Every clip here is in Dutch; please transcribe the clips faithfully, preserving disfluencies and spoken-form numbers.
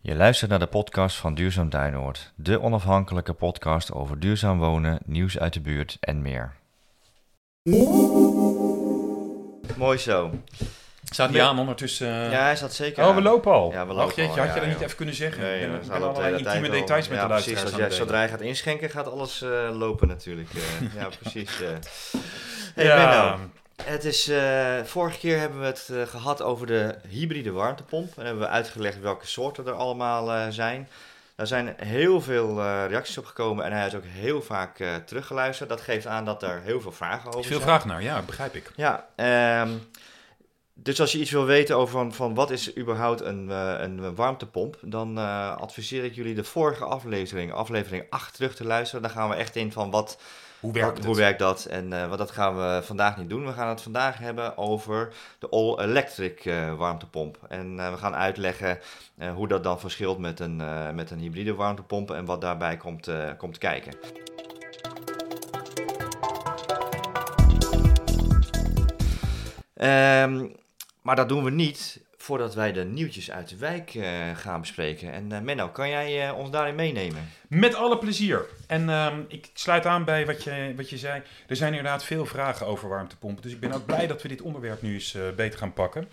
Je luistert naar de podcast van Duurzaam Duinoord, de onafhankelijke podcast over duurzaam wonen, nieuws uit de buurt en meer. Mooi zo. Staat hij aan ondertussen? Uh... Ja, hij staat zeker Oh, aan. we lopen al. Ja, we lopen Ach jeetje, al, had ja, je dat joh. niet even kunnen zeggen? Nee, ik ben, dat ik staat ben al de allerlei hele tijd intieme al. details met ja, de precies, luisteraars als aan jij, het zodra delen. je gaat inschenken, gaat alles uh, lopen natuurlijk. Uh, ja, precies. Uh. Hey, ja. Menno. Het is, uh, vorige keer hebben we het uh, gehad over de hybride warmtepomp. En hebben we uitgelegd welke soorten er allemaal uh, zijn. Daar zijn heel veel uh, reacties op gekomen en hij is ook heel vaak uh, teruggeluisterd. Dat geeft aan dat er heel veel vragen over zijn. Veel vragen naar, ja, begrijp ik. Ja, um, dus als je iets wil weten over van, van wat is überhaupt een, uh, een warmtepomp, dan uh, adviseer ik jullie de vorige aflevering, aflevering acht, terug te luisteren. Dan gaan we echt in van wat... Hoe werkt, wat, hoe werkt dat? En uh, wat dat gaan we vandaag niet doen. We gaan het vandaag hebben over de all-electric uh, warmtepomp. En uh, we gaan uitleggen uh, hoe dat dan verschilt met een, uh, met een hybride warmtepomp en wat daarbij komt, uh, komt kijken. Um, maar dat doen we niet voordat wij de nieuwtjes uit de wijk uh, gaan bespreken. En uh, Menno, kan jij uh, ons daarin meenemen? Met alle plezier. En uh, ik sluit aan bij wat je, wat je zei. Er zijn inderdaad veel vragen over warmtepompen. Dus ik ben ook blij dat we dit onderwerp nu eens uh, beter gaan pakken.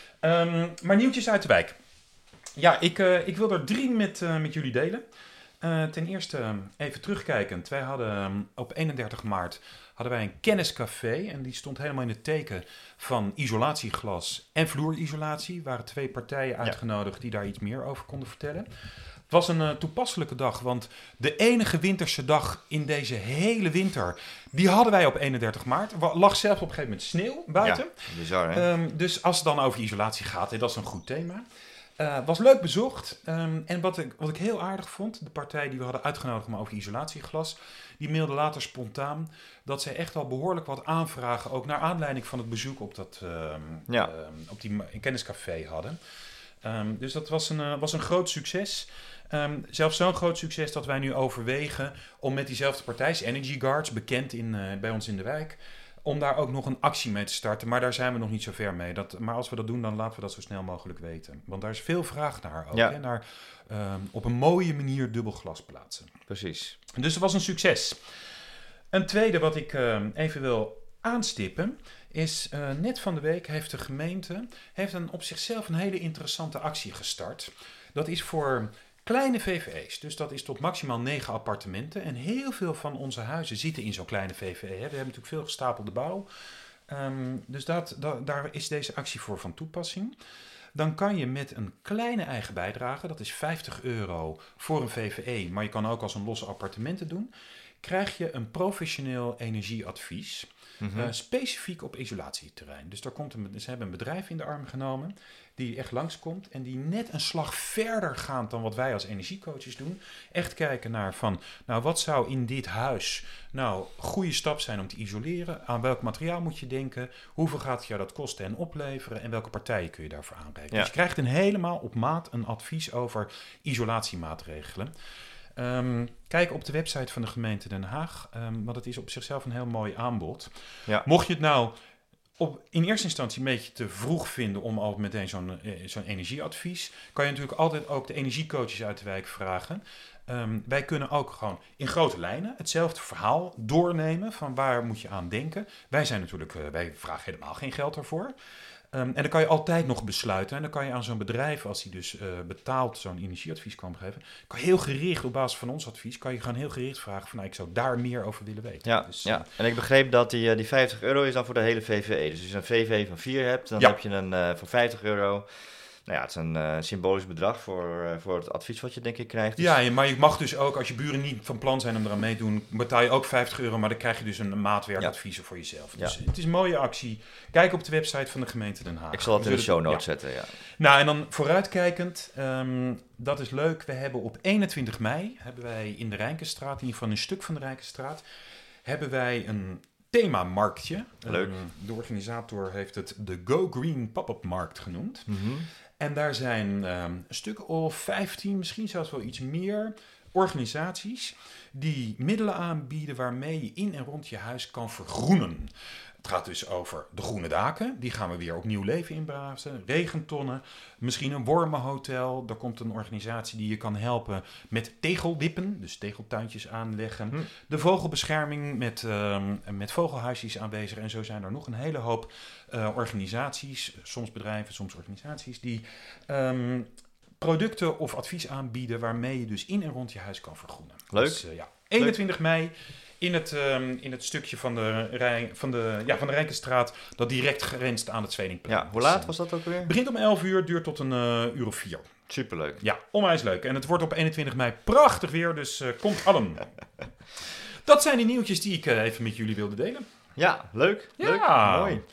Um, maar nieuwtjes uit de wijk. Ja, ik, uh, ik wil er drie met, uh, met jullie delen. Uh, ten eerste uh, even terugkijkend. Wij hadden um, op eenendertig maart hadden wij een kenniscafé. En die stond helemaal in het teken van isolatieglas en vloerisolatie. Er waren twee partijen uitgenodigd ja. die daar iets meer over konden vertellen. Het was een uh, toepasselijke dag, want de enige winterse dag in deze hele winter, die hadden wij op eenendertig maart. Er lag zelfs op een gegeven moment sneeuw buiten. Ja, bizar hè? Um, dus als het dan over isolatie gaat, hè, dat is een goed thema. Uh, was leuk bezocht. Um, en wat ik, wat ik heel aardig vond, de partij die we hadden uitgenodigd om over isolatieglas, die mailde later spontaan dat zij echt al behoorlijk wat aanvragen, ook naar aanleiding van het bezoek op, dat, um, ja. um, op die kenniscafé hadden. Um, dus dat was een, uh, was een groot succes. Um, zelfs zo'n groot succes dat wij nu overwegen om met diezelfde partij, Energy Guards, bekend in, uh, bij ons in de wijk, om daar ook nog een actie mee te starten. Maar daar zijn we nog niet zo ver mee. Dat, maar als we dat doen, dan laten we dat zo snel mogelijk weten. Want daar is veel vraag naar ook. Ja. Hè? Naar um, op een mooie manier dubbel glas plaatsen. Precies. Dus het was een succes. Een tweede wat ik uh, even wil aanstippen is, uh, net van de week heeft de gemeente heeft een, op zichzelf een hele interessante actie gestart. Dat is voor kleine V V E's, dus dat is tot maximaal negen appartementen. En heel veel van onze huizen zitten in zo'n kleine V V E. Hè. We hebben natuurlijk veel gestapelde bouw. Um, dus dat, dat, daar is deze actie voor van toepassing. Dan kan je met een kleine eigen bijdrage, dat is vijftig euro voor een V V E, maar je kan ook als een losse appartementen doen, krijg je een professioneel energieadvies, mm-hmm. uh, specifiek op isolatieterrein. Dus daar komt een, ze hebben een bedrijf in de arm genomen die echt langskomt en die net een slag verder gaat dan wat wij als energiecoaches doen. Echt kijken naar van, nou wat zou in dit huis nou een goede stap zijn om te isoleren? Aan welk materiaal moet je denken? Hoeveel gaat het jou dat kosten en opleveren? En welke partijen kun je daarvoor aanrekenen? Ja. Dus je krijgt een helemaal op maat een advies over isolatiemaatregelen. Um, kijk op de website van de gemeente Den Haag, um, want het is op zichzelf een heel mooi aanbod. Ja. Mocht je het nou op, in eerste instantie een beetje te vroeg vinden om al meteen zo'n, zo'n energieadvies, kan je natuurlijk altijd ook de energiecoaches uit de wijk vragen. Um, wij kunnen ook gewoon in grote lijnen hetzelfde verhaal doornemen van waar moet je aan denken. Wij zijn natuurlijk, uh, wij vragen helemaal geen geld ervoor. Um, en dan kan je altijd nog besluiten. En dan kan je aan zo'n bedrijf, als hij dus uh, betaald zo'n energieadvies kan geven, kan je heel gericht op basis van ons advies, kan je gewoon heel gericht vragen van, nou, ik zou daar meer over willen weten. Ja, dus, ja. Uh, en ik begreep dat die, uh, die vijftig euro is dan voor de hele V V E. Dus als je een V V E van vier hebt, dan ja. heb je een uh, voor vijftig euro. Nou ja, het is een uh, symbolisch bedrag voor, uh, voor het advies wat je denk ik krijgt. Dus... Ja, maar je mag dus ook, als je buren niet van plan zijn om eraan mee te doen, betaal je ook vijftig euro, maar dan krijg je dus een maatwerkadvies ja. voor jezelf. Dus ja. het is een mooie actie. Kijk op de website van de gemeente Den Haag. Ik zal het in de show notes ja. zetten, ja. Nou, en dan vooruitkijkend, um, dat is leuk. We hebben op eenentwintig mei, hebben wij in de Rijkenstraat, in ieder geval een stuk van de Rijkenstraat, hebben wij een themamarktje. Leuk. Um, de organisator heeft het de Go Green Pop-up Markt genoemd. Mm-hmm. En daar zijn um, een stuk of vijftien, misschien zelfs wel iets meer organisaties die middelen aanbieden waarmee je in en rond je huis kan vergroenen. Het gaat dus over de groene daken. Die gaan we weer opnieuw leven inblazen. Regentonnen. Misschien een wormenhotel. Er komt een organisatie die je kan helpen met tegelwippen. Dus tegeltuintjes aanleggen. Hm. De vogelbescherming met, uh, met vogelhuisjes aanwezig. En zo zijn er nog een hele hoop uh, organisaties. Soms bedrijven, soms organisaties. Die um, producten of advies aanbieden. Waarmee je dus in en rond je huis kan vergroenen. Leuk. Dus, uh, ja, eenentwintig mei. In het, um, in het stukje van de, Rij, van, de, ja, van de Rijkenstraat, dat direct grenst aan het Zwedingplein. Ja, hoe laat was dat ook weer? Het begint om elf uur, duurt tot een uh, uur of vier. Superleuk. Ja, onwijs leuk. En het wordt op eenentwintig mei prachtig weer, dus uh, komt allen. Dat zijn de nieuwtjes die ik uh, even met jullie wilde delen. Ja, leuk. leuk. Ja. Mooi.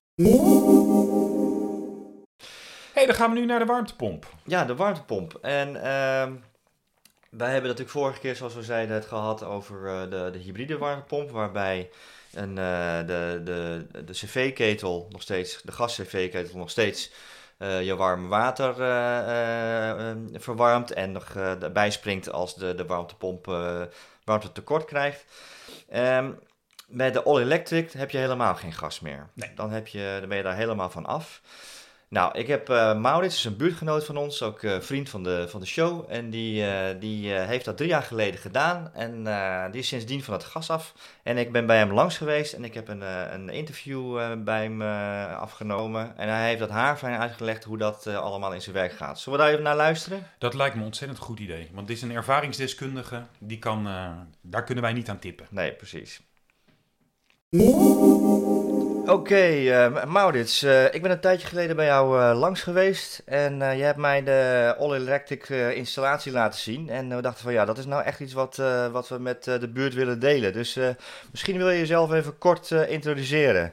Hey, dan gaan we nu naar de warmtepomp. Ja, de warmtepomp. En uh, wij hebben natuurlijk vorige keer, zoals we zeiden, het gehad over uh, de, de hybride warmtepomp. Waarbij een, uh, de, de, de cv-ketel nog steeds, de gas-cv-ketel nog steeds uh, je warm water uh, uh, verwarmt. En nog uh, bijspringt als de, de warmtepomp uh, warmte tekort krijgt. Um, Bij de all-electric heb je helemaal geen gas meer. Nee. Dan, heb je, dan ben je daar helemaal van af. Nou, ik heb uh, Maurits, is een buurtgenoot van ons, ook uh, vriend van de, van de show. En die, uh, die uh, heeft dat drie jaar geleden gedaan. En uh, die is sindsdien van het gas af. En ik ben bij hem langs geweest en ik heb een, uh, een interview uh, bij hem uh, afgenomen. En hij heeft dat haarfijn uitgelegd hoe dat uh, allemaal in zijn werk gaat. Zullen we daar even naar luisteren? Dat lijkt me een ontzettend goed idee. Want dit is een ervaringsdeskundige, die kan, uh, daar kunnen wij niet aan tippen. Nee, precies. Oké, okay, uh, Maurits, uh, ik ben een tijdje geleden bij jou uh, langs geweest en uh, je hebt mij de all-electric uh, installatie laten zien. En uh, we dachten van ja, dat is nou echt iets wat, uh, wat we met uh, de buurt willen delen. Dus uh, misschien wil je jezelf even kort uh, introduceren.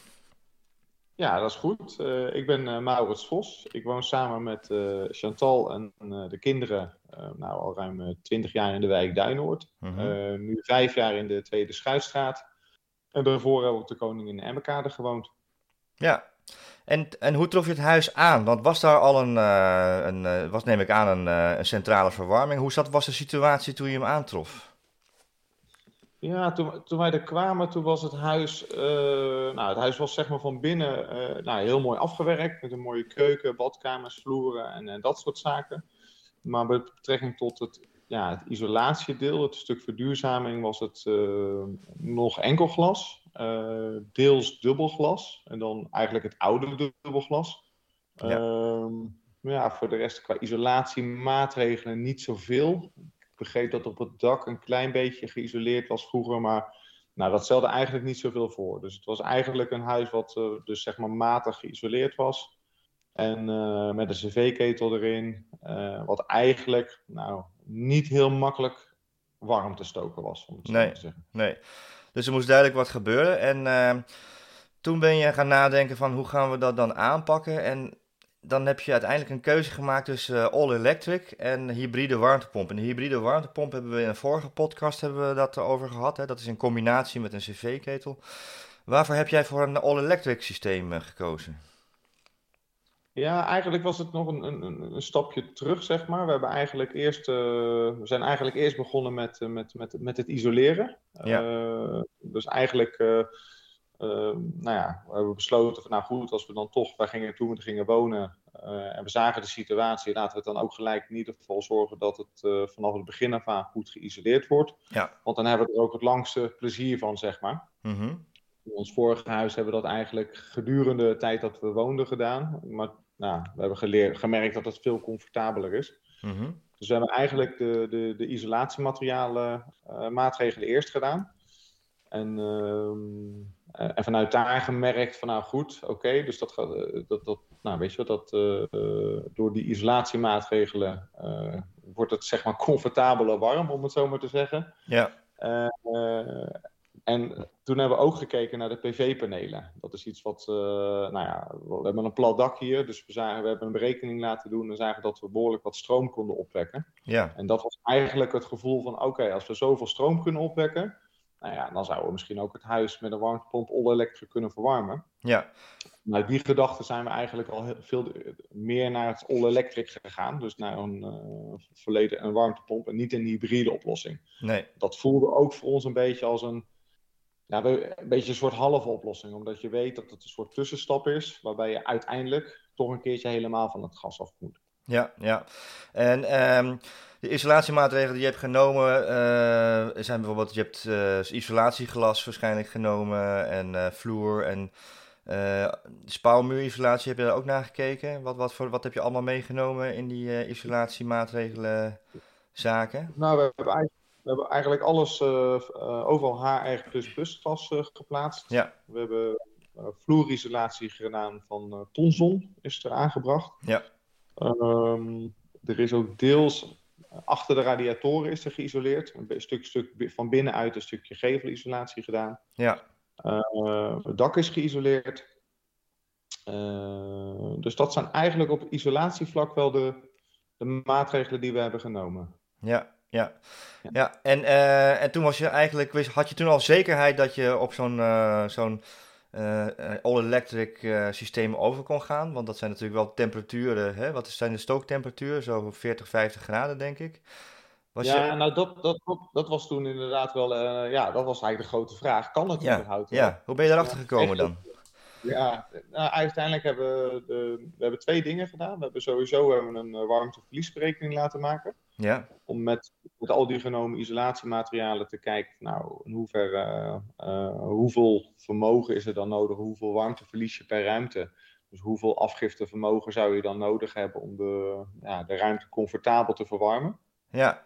Ja, dat is goed. Uh, ik ben uh, Maurits Vos. Ik woon samen met uh, Chantal en uh, de kinderen uh, nou, al ruim twintig jaar in de wijk Duinoord. Mm-hmm. Uh, nu vijf jaar in de Tweede Schuitstraat. En daarvoor hebben we op de Koningin Emmekade gewoond. Ja, en, en hoe trof je het huis aan? Want was daar al een, uh, een uh, was neem ik aan, een, uh, een centrale verwarming? Hoe zat, was de situatie toen je hem aantrof? Ja, toen, toen wij er kwamen, toen was het huis, uh, nou het huis was zeg maar van binnen uh, nou, heel mooi afgewerkt. Met een mooie keuken, badkamers, vloeren en, en dat soort zaken. Maar met betrekking tot het, ja, het isolatiedeel, het stuk verduurzaming, was het uh, nog enkel glas. Uh, deels dubbelglas. En dan eigenlijk het oude dubbelglas. Ja. Uh, ja, voor de rest qua isolatiemaatregelen niet zoveel. Ik begreep dat op het dak een klein beetje geïsoleerd was vroeger, maar nou, dat stelde eigenlijk niet zoveel voor. Dus het was eigenlijk een huis wat uh, dus zeg maar matig geïsoleerd was. En uh, met een cv-ketel erin, uh, wat eigenlijk nou, niet heel makkelijk warm te stoken was, om het zo nee, te zeggen. Nee, dus er moest duidelijk wat gebeuren. En uh, toen ben je gaan nadenken van hoe gaan we dat dan aanpakken. En dan heb je uiteindelijk een keuze gemaakt tussen uh, all-electric en hybride warmtepomp. En de hybride warmtepomp hebben we in een vorige podcast hebben we dat over gehad. Hè? Dat is in combinatie met een cv-ketel. Waarvoor heb jij voor een all-electric systeem uh, gekozen? Ja, eigenlijk was het nog een, een, een stapje terug, zeg maar. We, hebben eigenlijk eerst, uh, we zijn eigenlijk eerst begonnen met, uh, met, met, met het isoleren. Ja. Uh, dus eigenlijk, uh, uh, nou ja, we hebben besloten van, nou goed, als we dan toch, wij gingen toen we gingen wonen uh, en we zagen de situatie, laten we het dan ook gelijk in ieder geval zorgen dat het uh, vanaf het begin af aan goed geïsoleerd wordt. Ja. Want dan hebben we er ook het langste plezier van, zeg maar. Mm-hmm. In ons vorige huis hebben we dat eigenlijk gedurende de tijd dat we woonden gedaan. Maar nou, we hebben geleerd, gemerkt dat het veel comfortabeler is. Mm-hmm. Dus we hebben eigenlijk de, de, de isolatiematerialen uh, maatregelen eerst gedaan. En, uh, en vanuit daar gemerkt van nou goed, oké, okay, dus dat gaat, dat, dat, nou weet je wat, dat uh, uh, door die isolatiemaatregelen uh, wordt het zeg maar comfortabeler warm, om het zo maar te zeggen. Ja. Uh, uh, En toen hebben we ook gekeken naar de P V-panelen. Dat is iets wat, uh, nou ja, we hebben een plat dak hier. Dus we, zagen, we hebben een berekening laten doen en zagen dat we behoorlijk wat stroom konden opwekken. Ja. En dat was eigenlijk het gevoel van, oké, okay, als we zoveel stroom kunnen opwekken, nou ja, dan zouden we misschien ook het huis met een warmtepomp all-electric kunnen verwarmen. Ja. Nou, die gedachte zijn we eigenlijk al heel, veel meer naar het all-electric gegaan. Dus naar een uh, volledig een warmtepomp en niet een hybride oplossing. Nee. Dat voelde ook voor ons een beetje als een Ja, we- een beetje een soort halve oplossing, omdat je weet dat het een soort tussenstap is, waarbij je uiteindelijk toch een keertje helemaal van het gas af moet. Ja, ja. En ehm, de isolatiemaatregelen die je hebt genomen, eh, zijn bijvoorbeeld, je hebt eh, isolatieglas waarschijnlijk genomen en eh, vloer en eh spouwmuurisolatie, heb je daar ook naar gekeken? Wat, wat, voor, wat heb je allemaal meegenomen in die eh, isolatiemaatregelen zaken? Nou, we hebben eigenlijk, we hebben eigenlijk alles, eh, v- eh, overal H R plus plus glas eh, geplaatst. Ja, We hebben eh, vloerisolatie gedaan van eh, Tonson, is er aangebracht. ja, Ehm, er is ook deels eh, achter de radiatoren is er geïsoleerd. Een be- stuk, stuk bi- van binnenuit een stukje gevelisolatie gedaan. ja, Eh, het dak is geïsoleerd. Eh, dus dat zijn eigenlijk op isolatievlak wel de, de maatregelen die we hebben genomen. ja, ja. Ja. Ja, en, eh, en toen was je eigenlijk, wist- had je toen al zekerheid dat je op zo'n eh, zo'n eh, eh, all-electric eh, systeem over kon gaan? Want dat zijn natuurlijk wel temperaturen, hè? Wat zijn de stooktemperaturen? Zo veertig, vijftig graden, denk ik. Was je... Ja, nou dat, dat, dat, dat was toen inderdaad wel, eh, ja, dat was eigenlijk de grote vraag. Kan het Ja, überhaupt wel? ja. Hoe ben je Dus, daarachter eh, gekomen dan? ja, nou, uiteindelijk hebben we, de, we hebben twee dingen gedaan. We hebben sowieso hebben we een eh, warmteverliesberekening laten maken. Ja, Om met, met al die genomen isolatiematerialen te kijken, nou, in hoeverre, eh, eh, hoeveel vermogen is er dan nodig? Hoeveel warmte verlies je per ruimte? Dus hoeveel afgiftevermogen zou je dan nodig hebben om de, ja, de ruimte comfortabel te verwarmen? ja,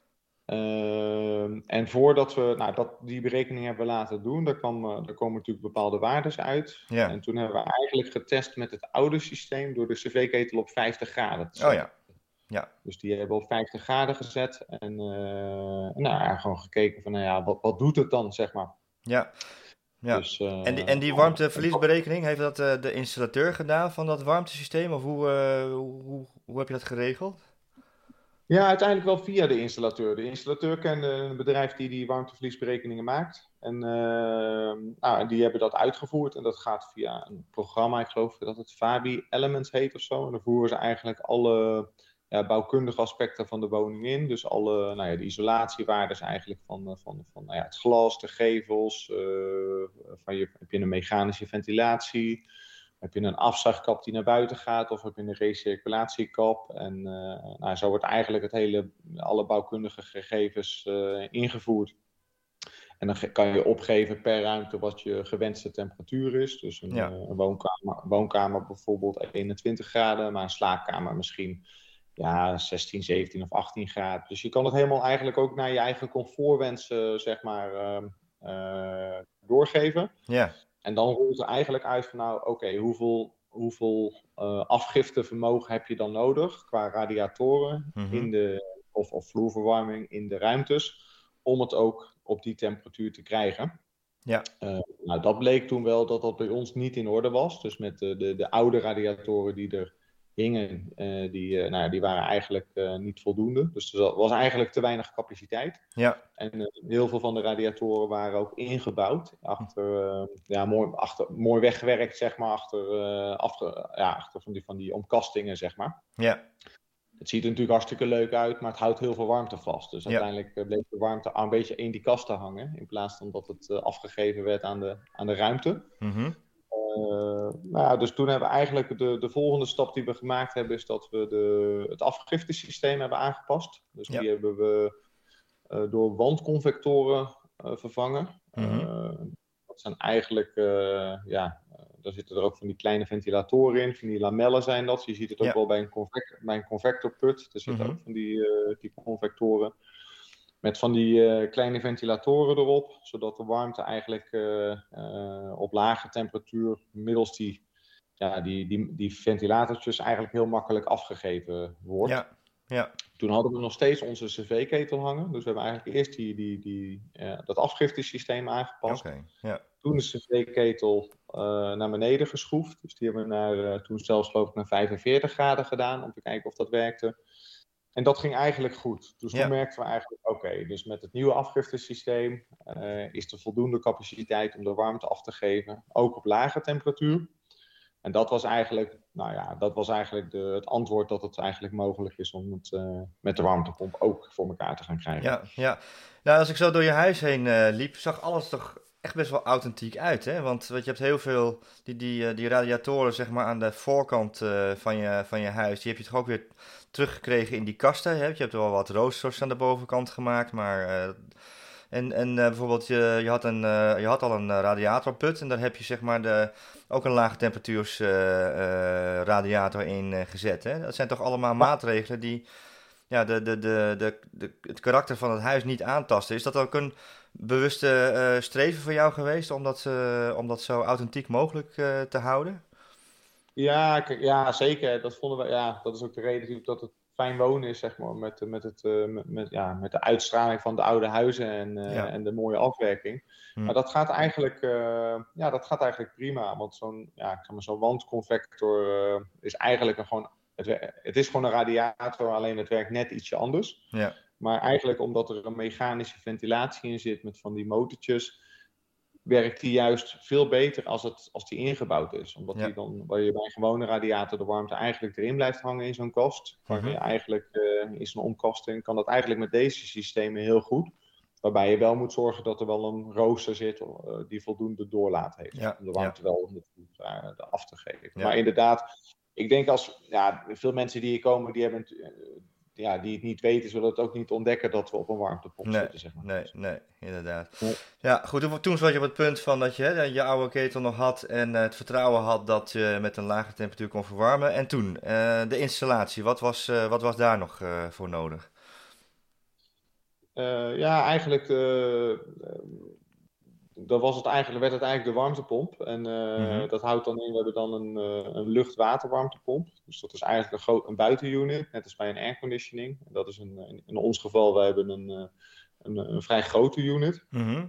Ehm, en voordat we nou, dat, die berekening hebben laten doen, daar, kwam, eh, daar komen natuurlijk bepaalde waarden uit. ja. En toen hebben we eigenlijk getest met het oude systeem door de cv-ketel op vijftig graden te Oh zetten. ja, ja, Dus die hebben we op vijftig graden gezet en eh, nou, ja, gewoon gekeken van, nou ja, wat, wat doet het dan, zeg maar. ja, ja. Dus, eh, En die, en die warmteverliesberekening, heeft dat eh, de installateur gedaan van dat warmtesysteem? Of hoe, eh, hoe, hoe, hoe heb je dat geregeld? Ja, uiteindelijk wel via de installateur. De installateur kende een bedrijf die die warmteverliesberekeningen maakt. En uh, nou, die hebben dat uitgevoerd. En dat gaat via een programma, ik geloof dat het Fabi Elements heet of zo. En dan voeren ze eigenlijk alle ja, bouwkundige aspecten van de woning in. Dus alle nou ja, de isolatiewaardes eigenlijk van, van, van nou ja, het glas, de gevels. Uh, van je, heb je een mechanische ventilatie? Heb je een afzuigkap die naar buiten gaat of heb je een recirculatiekap? En uh, nou, zo wordt eigenlijk het hele, alle bouwkundige gegevens uh, ingevoerd. En dan kan je opgeven per ruimte wat je gewenste temperatuur is. Dus een, ja. uh, een woonkamer, woonkamer bijvoorbeeld eenentwintig graden, maar een slaapkamer misschien ja, zestien, zeventien of achttien graden. Dus je kan het helemaal eigenlijk ook naar je eigen comfortwensen zeg maar, uh, uh, doorgeven. Ja. En dan rolt er eigenlijk uit van nou, oké, okay, hoeveel, hoeveel uh, afgiftevermogen heb je dan nodig qua radiatoren mm-hmm. in de, of, of vloerverwarming in de ruimtes, om het ook op die temperatuur te krijgen. Ja. Uh, nou, dat bleek toen wel dat dat bij ons niet in orde was. Dus met de, de, de oude radiatoren die er hingen, uh, die, uh, nou, die waren eigenlijk uh, niet voldoende. Dus er was eigenlijk te weinig capaciteit. Ja. En uh, heel veel van de radiatoren waren ook ingebouwd. Achter, uh, ja, mooi, achter, mooi weggewerkt, zeg maar. Achter, uh, afge, ja, achter van, die, van die omkastingen, zeg maar. Ja. Het ziet er natuurlijk hartstikke leuk uit, maar het houdt heel veel warmte vast. Dus uiteindelijk ja. bleef de warmte een beetje in die kasten hangen. In plaats van dat het uh, afgegeven werd aan de, aan de ruimte. Mm-hmm. Uh, nou ja, dus toen hebben we eigenlijk de, de volgende stap die we gemaakt hebben, is dat we de, het afgiftesysteem hebben aangepast. Dus ja. die hebben we uh, door wandconvectoren uh, vervangen. Mm-hmm. Uh, dat zijn eigenlijk, uh, ja, uh, daar zitten er ook van die kleine ventilatoren in, van die lamellen zijn dat. Je ziet het ook ja. wel bij een, convect, bij een convectorput. Er zitten mm-hmm. ook van die, uh, die convectoren. Met van die uh, kleine ventilatoren erop, zodat de warmte eigenlijk uh, uh, op lage temperatuur middels die, ja, die, die, die ventilatortjes eigenlijk heel makkelijk afgegeven wordt. Ja. Ja. Toen hadden we nog steeds onze cv-ketel hangen. Dus we hebben eigenlijk eerst die, die, die, uh, dat afgiftesysteem aangepast. Okay. Ja. Toen de cv-ketel uh, naar beneden geschroefd. Dus die hebben we naar, uh, toen zelfs geloof ik naar vijfenveertig graden gedaan om te kijken of dat werkte. En dat ging eigenlijk goed. Dus toen ja. merkten we eigenlijk, oké, okay, dus met het nieuwe afgiftesysteem uh, is er voldoende capaciteit om de warmte af te geven, ook op lage temperatuur. En dat was eigenlijk, nou ja, dat was eigenlijk de, het antwoord dat het eigenlijk mogelijk is om het uh, met de warmtepomp ook voor elkaar te gaan krijgen. Ja, ja. Nou, als ik zo door je huis heen uh, liep, zag alles toch echt best wel authentiek uit, hè? Want, want je hebt heel veel, die, die, die radiatoren zeg maar aan de voorkant uh, van, je, van je huis, die heb je toch ook weer teruggekregen in die kasten, hè? Je hebt er wel wat roosters aan de bovenkant gemaakt, maar... Uh, en en uh, bijvoorbeeld, je, je, had een, uh, je had al een uh, radiatorput en daar heb je zeg maar de, ook een lage temperatuurs uh, uh, radiator in uh, gezet, hè? Dat zijn toch allemaal maatregelen die ja, de, de, de, de, de, het karakter van het huis niet aantasten. Is dat ook een bewuste uh, streven voor jou geweest om dat, uh, om dat zo authentiek mogelijk uh, te houden? Ja, k- ja, zeker. Dat vonden we, ja, dat is ook de reden natuurlijk dat het fijn wonen is, zeg maar, met, met, het, uh, met, met, ja, met de uitstraling van de oude huizen en, uh, Ja. en de mooie afwerking. Hm. Maar dat gaat eigenlijk, uh, ja, dat gaat eigenlijk prima, want zo'n, ja, ik zeg maar, zo'n wandconvector uh, is eigenlijk een gewoon, het, wer- het is gewoon een radiator, alleen het werkt net ietsje anders. Ja. Maar eigenlijk omdat er een mechanische ventilatie in zit met van die motortjes, werkt die juist veel beter als, het, als die ingebouwd is. Omdat Ja. die dan, waar je bij een gewone radiator de warmte eigenlijk erin blijft hangen in zo'n kast, kan Mhm. je eigenlijk uh, in zo'n omkasting, kan dat eigenlijk met deze systemen heel goed. Waarbij je wel moet zorgen dat er wel een rooster zit uh, die voldoende doorlaat heeft. Ja, Om de warmte ja. wel uh, af te geven. Ja. Maar inderdaad, ik denk als ja, veel mensen die hier komen, die hebben... Uh, ja, die het niet weten, zullen het ook niet ontdekken dat we op een warmtepomp Nee, zitten, zeg maar. nee, nee, inderdaad. Nee. Ja, goed, toen- toen zat je op het punt van dat je hè, je oude ketel nog had en uh, het vertrouwen had dat je met een lage temperatuur kon verwarmen. En toen, uh, de installatie, wat was, uh, wat was daar nog uh, voor nodig? Uh, ja, eigenlijk, uh, dan was het eigenlijk, werd het eigenlijk de warmtepomp. En uh, Mhm. dat houdt dan in, we hebben dan een, uh, een lucht-water-warmtepomp. Dus dat is eigenlijk een, groot, een buitenunit, net als bij een airconditioning. En dat is een, in, in ons geval, wij hebben een, uh, een, een vrij grote unit. Mhm.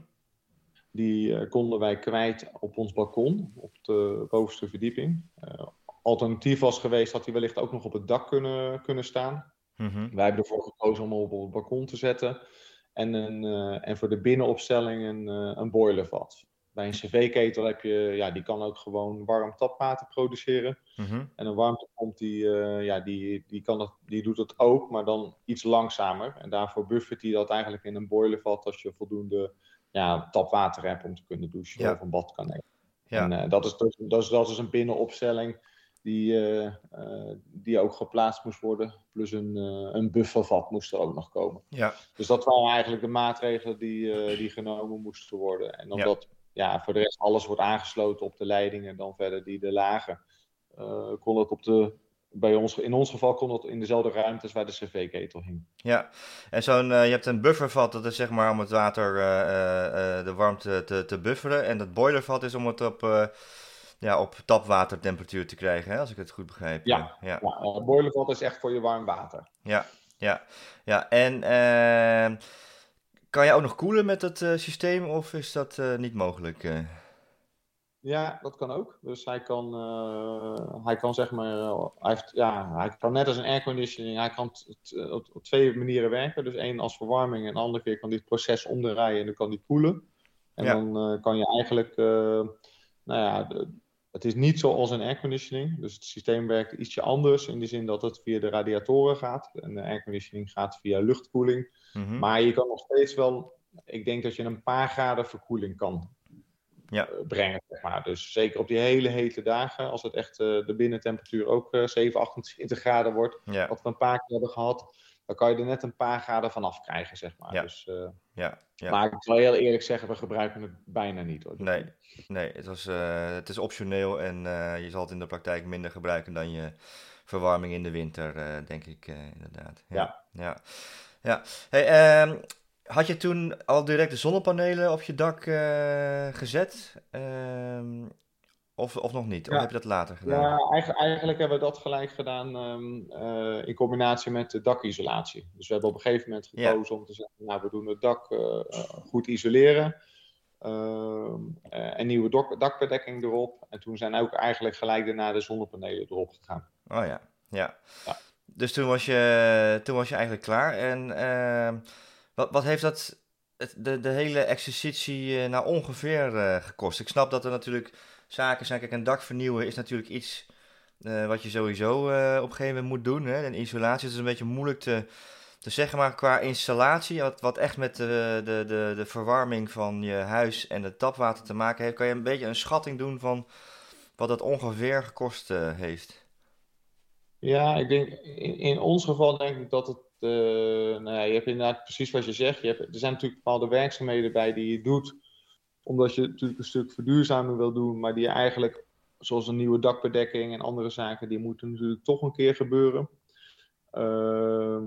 Die uh, konden wij kwijt op ons balkon, op de bovenste verdieping. Uh, alternatief was geweest, had hij wellicht ook nog op het dak kunnen, kunnen staan. Mhm. Wij hebben ervoor gekozen om hem op het balkon te zetten. En, een, uh, en voor de binnenopstelling een, uh, een boilervat. Bij een cv-ketel heb je, ja, die kan ook gewoon warm tapwater produceren. Mhm. En een warmtepomp die, uh, ja, die, die, kan dat, die doet het ook, maar dan iets langzamer. En daarvoor buffert hij dat eigenlijk in een boilervat als je voldoende ja, tapwater hebt om te kunnen douchen Ja. of een bad kan nemen. Ja. En uh, dat, is, dus, dat, is, dat is een binnenopstelling die, uh, uh, die ook geplaatst moest worden. Plus een, uh, een buffervat moest er ook nog komen. Ja. Dus dat waren eigenlijk de maatregelen die, uh, die genomen moesten worden. En omdat ja. Ja, voor de rest alles wordt aangesloten op de leidingen, dan verder die de lagen, uh, kon het op de... Bij ons, in ons geval kon het in dezelfde ruimtes waar de cv-ketel hing. Ja, en zo'n, uh, je hebt een buffervat, dat is zeg maar om het water, uh, uh, de warmte te, te bufferen. En dat boilervat is om het op, uh, ja, op tapwatertemperatuur te krijgen, hè, als ik het goed begrijp. Ja, ja. ja uh, boilervat is echt voor je warm water. Ja, ja, ja. En uh, kan je ook nog koelen met het uh, systeem of is dat uh, niet mogelijk? Uh? Ja, dat kan ook. Dus hij kan, uh, hij kan zeg maar, uh, hij, heeft, ja, hij kan net als een airconditioning, hij kan t, t, op, op twee manieren werken. Dus één als verwarming en de andere keer kan hij het proces omdraaien en dan kan hij koelen. En ja. dan uh, kan je eigenlijk, uh, nou ja, de, het is niet zoals een airconditioning. Dus het systeem werkt ietsje anders in die zin dat het via de radiatoren gaat. En de airconditioning gaat via luchtkoeling. Mm-hmm. Maar je kan nog steeds wel, ik denk dat je een paar graden verkoeling kan ja. brengen, zeg maar. Dus zeker op die hele hete dagen, als het echt uh, de binnentemperatuur ook uh, zeven, achtentwintig graden wordt, ja. wat we een paar keer hebben gehad, dan kan je er net een paar graden van afkrijgen, zeg maar. Ja. Dus, uh, ja. Ja. Maar ik zal heel eerlijk zeggen, we gebruiken het bijna niet, hoor. Nee, nee het, was, uh, het is optioneel en uh, je zal het in de praktijk minder gebruiken dan je verwarming in de winter, uh, denk ik, uh, inderdaad. Ja. Ja. ja. ja. Hey, um, had je toen al direct de zonnepanelen op je dak uh, gezet? Um, of, of nog niet? Ja. Of heb je dat later gedaan? Ja, eigenlijk, eigenlijk hebben we dat gelijk gedaan um, uh, in combinatie met de dakisolatie. Dus we hebben op een gegeven moment gekozen ja. om te zeggen, nou, we doen het dak uh, uh, goed isoleren. Uh, uh, en nieuwe dak- dakbedekking erop. En toen zijn ook eigenlijk gelijk daarna de zonnepanelen erop gegaan. Oh ja, ja. ja. Dus toen was, je, toen was je eigenlijk klaar. En uh, wat, wat heeft dat het, de, de hele exercitie uh, nou ongeveer uh, gekost? Ik snap dat er natuurlijk zaken zijn. Kijk, een dak vernieuwen is natuurlijk iets uh, wat je sowieso uh, op een gegeven moment moet doen. Hè? En isolatie is een beetje moeilijk te, Dus zeg maar qua installatie, wat, wat echt met de, de, de, de verwarming van je huis en het tapwater te maken heeft, kan je een beetje een schatting doen van wat dat ongeveer gekost uh, heeft? Ja, ik denk in, in ons geval denk ik dat het. Uh, nou ja, je hebt inderdaad precies wat je zegt. Je hebt, er zijn natuurlijk bepaalde werkzaamheden bij die je doet, omdat je natuurlijk een stuk verduurzaming wil doen, maar die je eigenlijk, zoals een nieuwe dakbedekking en andere zaken, die moeten natuurlijk toch een keer gebeuren. Uh,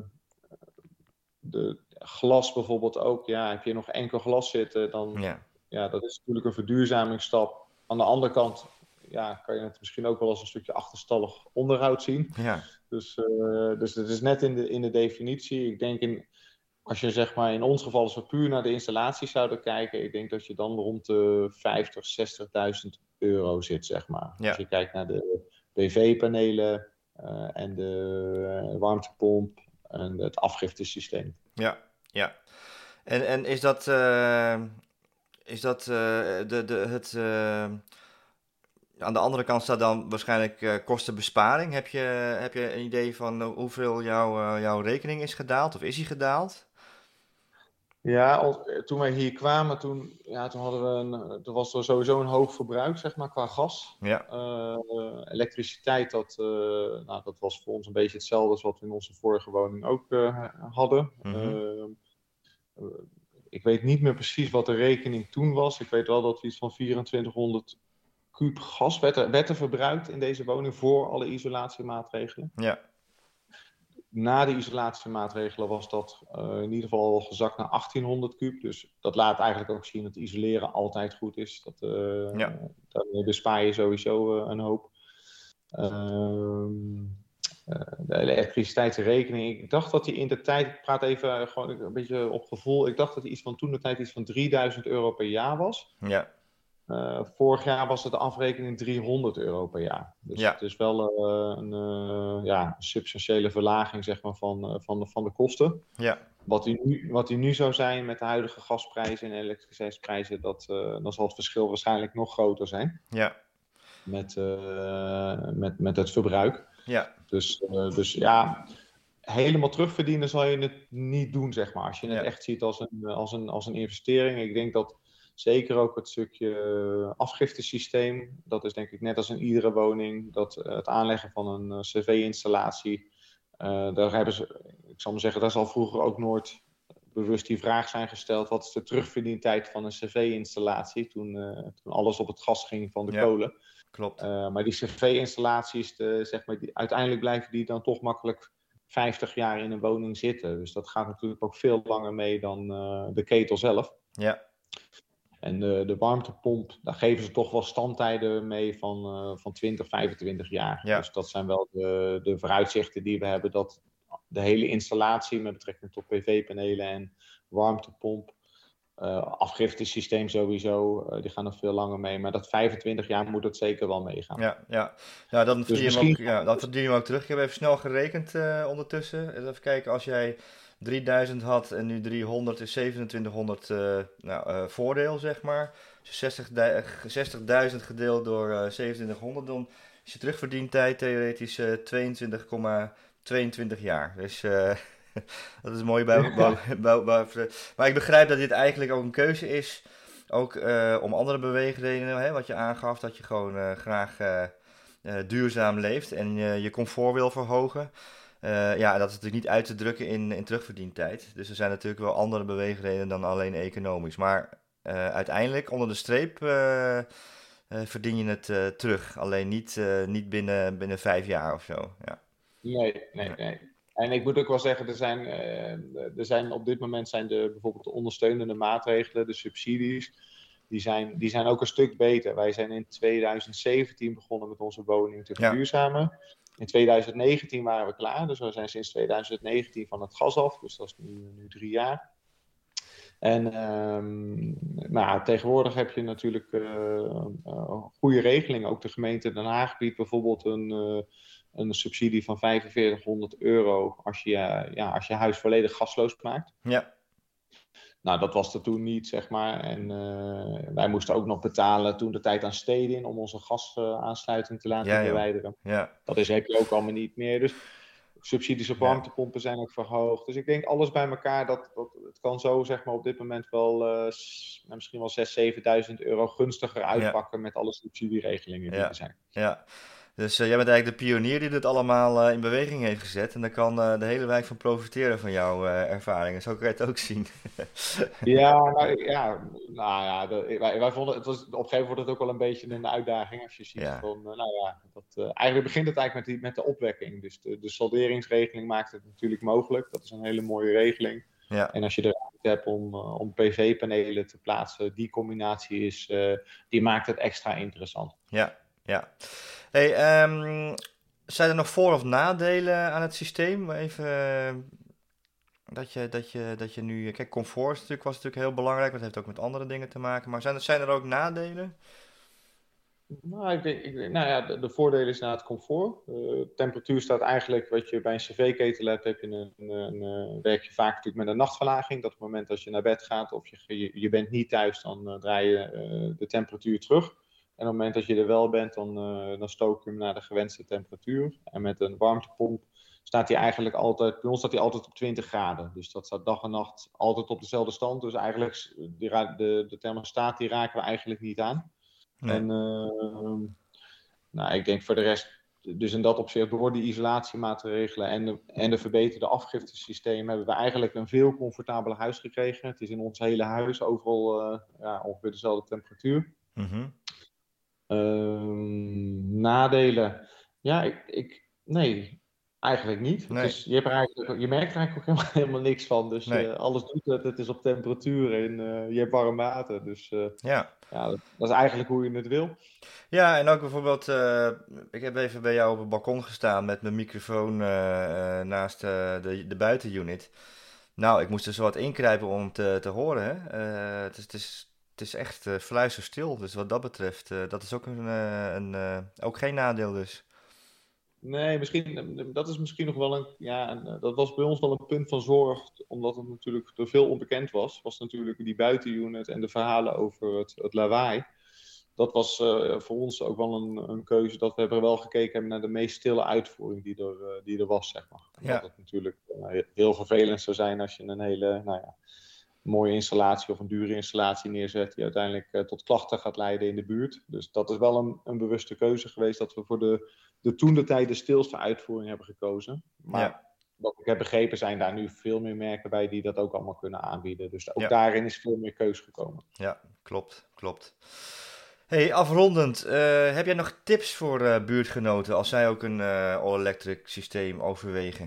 de glas bijvoorbeeld ook. Ja, heb je nog enkel glas zitten, dan Ja. ja, dat is natuurlijk een verduurzamingsstap. Aan de andere kant ja, kan je het misschien ook wel als een stukje achterstallig onderhoud zien. Ja. Dus, uh, dus het is net in de, in de definitie. Ik denk in, als je zeg maar in ons geval, als we puur naar de installaties zouden kijken, ik denk dat je dan rond de vijftig, zestigduizend euro zit, zeg maar. Ja. Als je kijkt naar de P V-panelen uh, en de uh, warmtepomp en het afgiftesysteem. Ja, ja. En, en is dat, uh, is dat uh, de, de, het... Uh, aan de andere kant staat dan waarschijnlijk uh, kostenbesparing. Heb je, heb je een idee van uh, hoeveel jouw, uh, jouw rekening is gedaald? Of is die gedaald? Ja, als, toen wij hier kwamen, toen, ja, toen hadden we een, er was er sowieso een hoog verbruik, zeg maar, qua gas. Ja. Uh, elektriciteit, dat, uh, nou, dat was voor ons een beetje hetzelfde als wat we in onze vorige woning ook uh, hadden. Mm-hmm. Uh, uh, ik weet niet meer precies wat de rekening toen was. Ik weet wel dat we iets van vierentwintighonderd kuub gas werd er, werd er verbruikt in deze woning voor alle isolatiemaatregelen. Ja. Na de isolatiemaatregelen was dat uh, in ieder geval gezakt naar achttienhonderd kuub. Dus dat laat eigenlijk ook zien dat isoleren altijd goed is. Dat, uh, Ja. Daarmee bespaar je sowieso uh, een hoop. Uh, uh, de elektriciteitsrekening. Ik dacht dat die in de tijd, ik praat even uh, gewoon een beetje op gevoel. Ik dacht dat die iets van toen de tijd iets van drieduizend euro per jaar was. Ja. Uh, vorig jaar was het de afrekening driehonderd euro per jaar. Dus Ja. het is wel uh, een uh, ja, substantiële verlaging zeg maar, van, uh, van, de, van de kosten. Ja. Wat die, nu, wat die nu zou zijn met de huidige gasprijzen en elektriciteitsprijzen, dat, uh, dan zal het verschil waarschijnlijk nog groter zijn. Ja. Met, uh, met, met het verbruik. Ja. Dus, uh, dus ja, helemaal terugverdienen zal je het niet doen, zeg maar. Als je het Ja. echt ziet als een, als, een, als een investering. Ik denk dat zeker ook het stukje afgiftesysteem, dat is denk ik net als in iedere woning, dat uh, het aanleggen van een uh, cv-installatie, uh, daar hebben ze, ik zal maar zeggen, daar zal vroeger ook nooit bewust die vraag zijn gesteld, wat is de terugverdientijd van een cv-installatie, toen, uh, toen alles op het gas ging van de Ja, kolen. klopt. Uh, maar die cv-installaties, de, zeg maar, die, uiteindelijk blijven die dan toch makkelijk vijftig jaar in een woning zitten. Dus dat gaat natuurlijk ook veel langer mee dan uh, de ketel zelf. Ja. En de, de warmtepomp, daar geven ze toch wel standtijden mee van, uh, van twintig, vijfentwintig jaar. Ja. Dus dat zijn wel de, de vooruitzichten die we hebben, dat de hele installatie met betrekking tot P V-panelen en warmtepomp, uh, afgiftesysteem sowieso, uh, die gaan nog veel langer mee. Maar dat vijfentwintig jaar moet het zeker wel meegaan. Ja, ja. Ja, dan verdien dus je hem misschien... ook, ja, dan verdien je hem ook terug. Ik heb even snel gerekend uh, ondertussen. Even kijken, als jij drieduizend had en nu driehonderd is zevenentwintighonderd uh, nou, uh, voordeel, zeg maar. Dus zestigduizend gedeeld door uh, zevenentwintighonderd, dan is je terugverdientijd theoretisch uh, tweeëntwintig komma tweeëntwintig jaar. Dus uh, dat is mooi. Bij, bij, bij, bij, maar ik begrijp dat dit eigenlijk ook een keuze is, ook uh, om andere beweegredenen, hè, wat je aangaf, dat je gewoon uh, graag uh, uh, duurzaam leeft en uh, je comfort wil verhogen. Uh, ja, dat is natuurlijk niet uit te drukken in, in terugverdientijd. Dus er zijn natuurlijk wel andere beweegredenen dan alleen economisch. Maar uh, uiteindelijk, onder de streep, uh, uh, verdien je het uh, terug. Alleen niet, uh, niet binnen, binnen vijf jaar of zo. Ja. Nee, nee, nee. En ik moet ook wel zeggen, er zijn, uh, er zijn op dit moment zijn de, bijvoorbeeld de ondersteunende maatregelen, de subsidies, die zijn, die zijn ook een stuk beter. Wij zijn in tweeduizend zeventien begonnen met onze woning te verduurzamen. Ja. In tweeduizend negentien waren we klaar, dus we zijn sinds tweeduizend negentien van het gas af, dus dat is nu, nu drie jaar. En um, nou, tegenwoordig heb je natuurlijk uh, uh, goede regelingen. Ook de gemeente Den Haag biedt bijvoorbeeld een, uh, een subsidie van vijfenveertighonderd euro als je, uh, ja, als je huis volledig gasloos maakt. Ja. Nou, dat was er toen niet, zeg maar. En uh, wij moesten ook nog betalen toen de tijd aan Stedin om onze gasaansluiting uh, te laten ja, verwijderen. Ja. Dat is, heb je ook allemaal niet meer. Dus subsidies op Ja. warmtepompen zijn ook verhoogd. Dus ik denk alles bij elkaar, dat, dat het kan zo zeg maar op dit moment wel uh, s- nou, misschien wel zesduizend, zevenduizend euro gunstiger uitpakken met alle subsidieregelingen die Ja. er zijn. Ja. Dus uh, jij bent eigenlijk de pionier die dit allemaal uh, in beweging heeft gezet. En daar kan uh, de hele wijk van profiteren van jouw uh, ervaringen. Zo kan je het ook zien. Ja, nou ja, nou ja de, wij, wij vonden het was op een gegeven moment wordt het ook wel een beetje een uitdaging als je ziet Ja. van, uh, nou ja, dat, uh, eigenlijk begint het eigenlijk met, die, met de opwekking. Dus de, de salderingsregeling maakt het natuurlijk mogelijk. Dat is een hele mooie regeling. Ja. En als je de ruimte hebt om, uh, om P V-panelen te plaatsen, die combinatie is, uh, die maakt het extra interessant. Ja, ja. Hey, um, zijn er nog voor- of nadelen aan het systeem? Even uh, dat je, dat je, dat je nu... Kijk, comfort is natuurlijk, was natuurlijk heel belangrijk, want het heeft ook met andere dingen te maken. Maar zijn er, zijn er ook nadelen? Nou, ik denk, ik denk, nou ja, de, de voordelen is naar het comfort. Uh, temperatuur staat eigenlijk, wat je bij een cv-ketel hebt, heb je een, een, een, een, werk je vaak natuurlijk met een nachtverlaging. Dat op het moment dat je naar bed gaat of je, je, je bent niet thuis, dan uh, draai je uh, de temperatuur terug. En op het moment dat je er wel bent, dan, uh, dan stook je hem naar de gewenste temperatuur. En met een warmtepomp staat hij eigenlijk altijd, bij ons staat hij altijd op twintig graden. Dus dat staat dag en nacht altijd op dezelfde stand. Dus eigenlijk, die, de, de thermostaat, die raken we eigenlijk niet aan. Nee. En uh, nou, ik denk voor de rest, dus in dat opzicht, door die isolatiemaatregelen en de, en de verbeterde afgiftesysteem, hebben we eigenlijk een veel comfortabeler huis gekregen. Het is in ons hele huis overal uh, ja, ongeveer dezelfde temperatuur. Mm-hmm. Uh, nadelen? Ja, ik, ik, nee, eigenlijk niet. Nee. Het is, je, hebt er eigenlijk, je merkt er eigenlijk ook helemaal, helemaal niks van. Dus nee. uh, alles doet het, het is op temperatuur en uh, je hebt warm water. Dus uh, ja. ja, dat, dat is eigenlijk hoe je het wil. Ja, en ook bijvoorbeeld, uh, ik heb even bij jou op het balkon gestaan met mijn microfoon uh, uh, naast uh, de, de buitenunit. Nou, ik moest er zo wat inkrijpen om te, te horen. Hè? Uh, het, is, het, is, het is echt uh, fluisterstil, dus wat dat betreft, uh, dat is ook, een, uh, een, uh, ook geen nadeel dus. Nee, misschien, dat is misschien nog wel een, ja, een, dat was bij ons wel een punt van zorg, omdat het natuurlijk er veel onbekend was, was natuurlijk die buitenunit en de verhalen over het, het lawaai. Dat was uh, voor ons ook wel een, een keuze, dat we hebben wel gekeken hebben naar de meest stille uitvoering die er, uh, die er was, zeg maar. Omdat ja. het natuurlijk uh, heel vervelend zou zijn als je een hele, nou ja, mooie installatie of een dure installatie neerzet die uiteindelijk uh, tot klachten gaat leiden in de buurt. Dus dat is wel een, een bewuste keuze geweest dat we voor de, de toentertijd de stilste uitvoering hebben gekozen. Maar ja. wat ik heb begrepen zijn daar nu veel meer merken bij die dat ook allemaal kunnen aanbieden. Dus ook ja. daarin is veel meer keus gekomen. Ja, klopt, klopt. Hey, afrondend, uh, heb jij nog tips voor uh, buurtgenoten als zij ook een uh, all-electric systeem overwegen?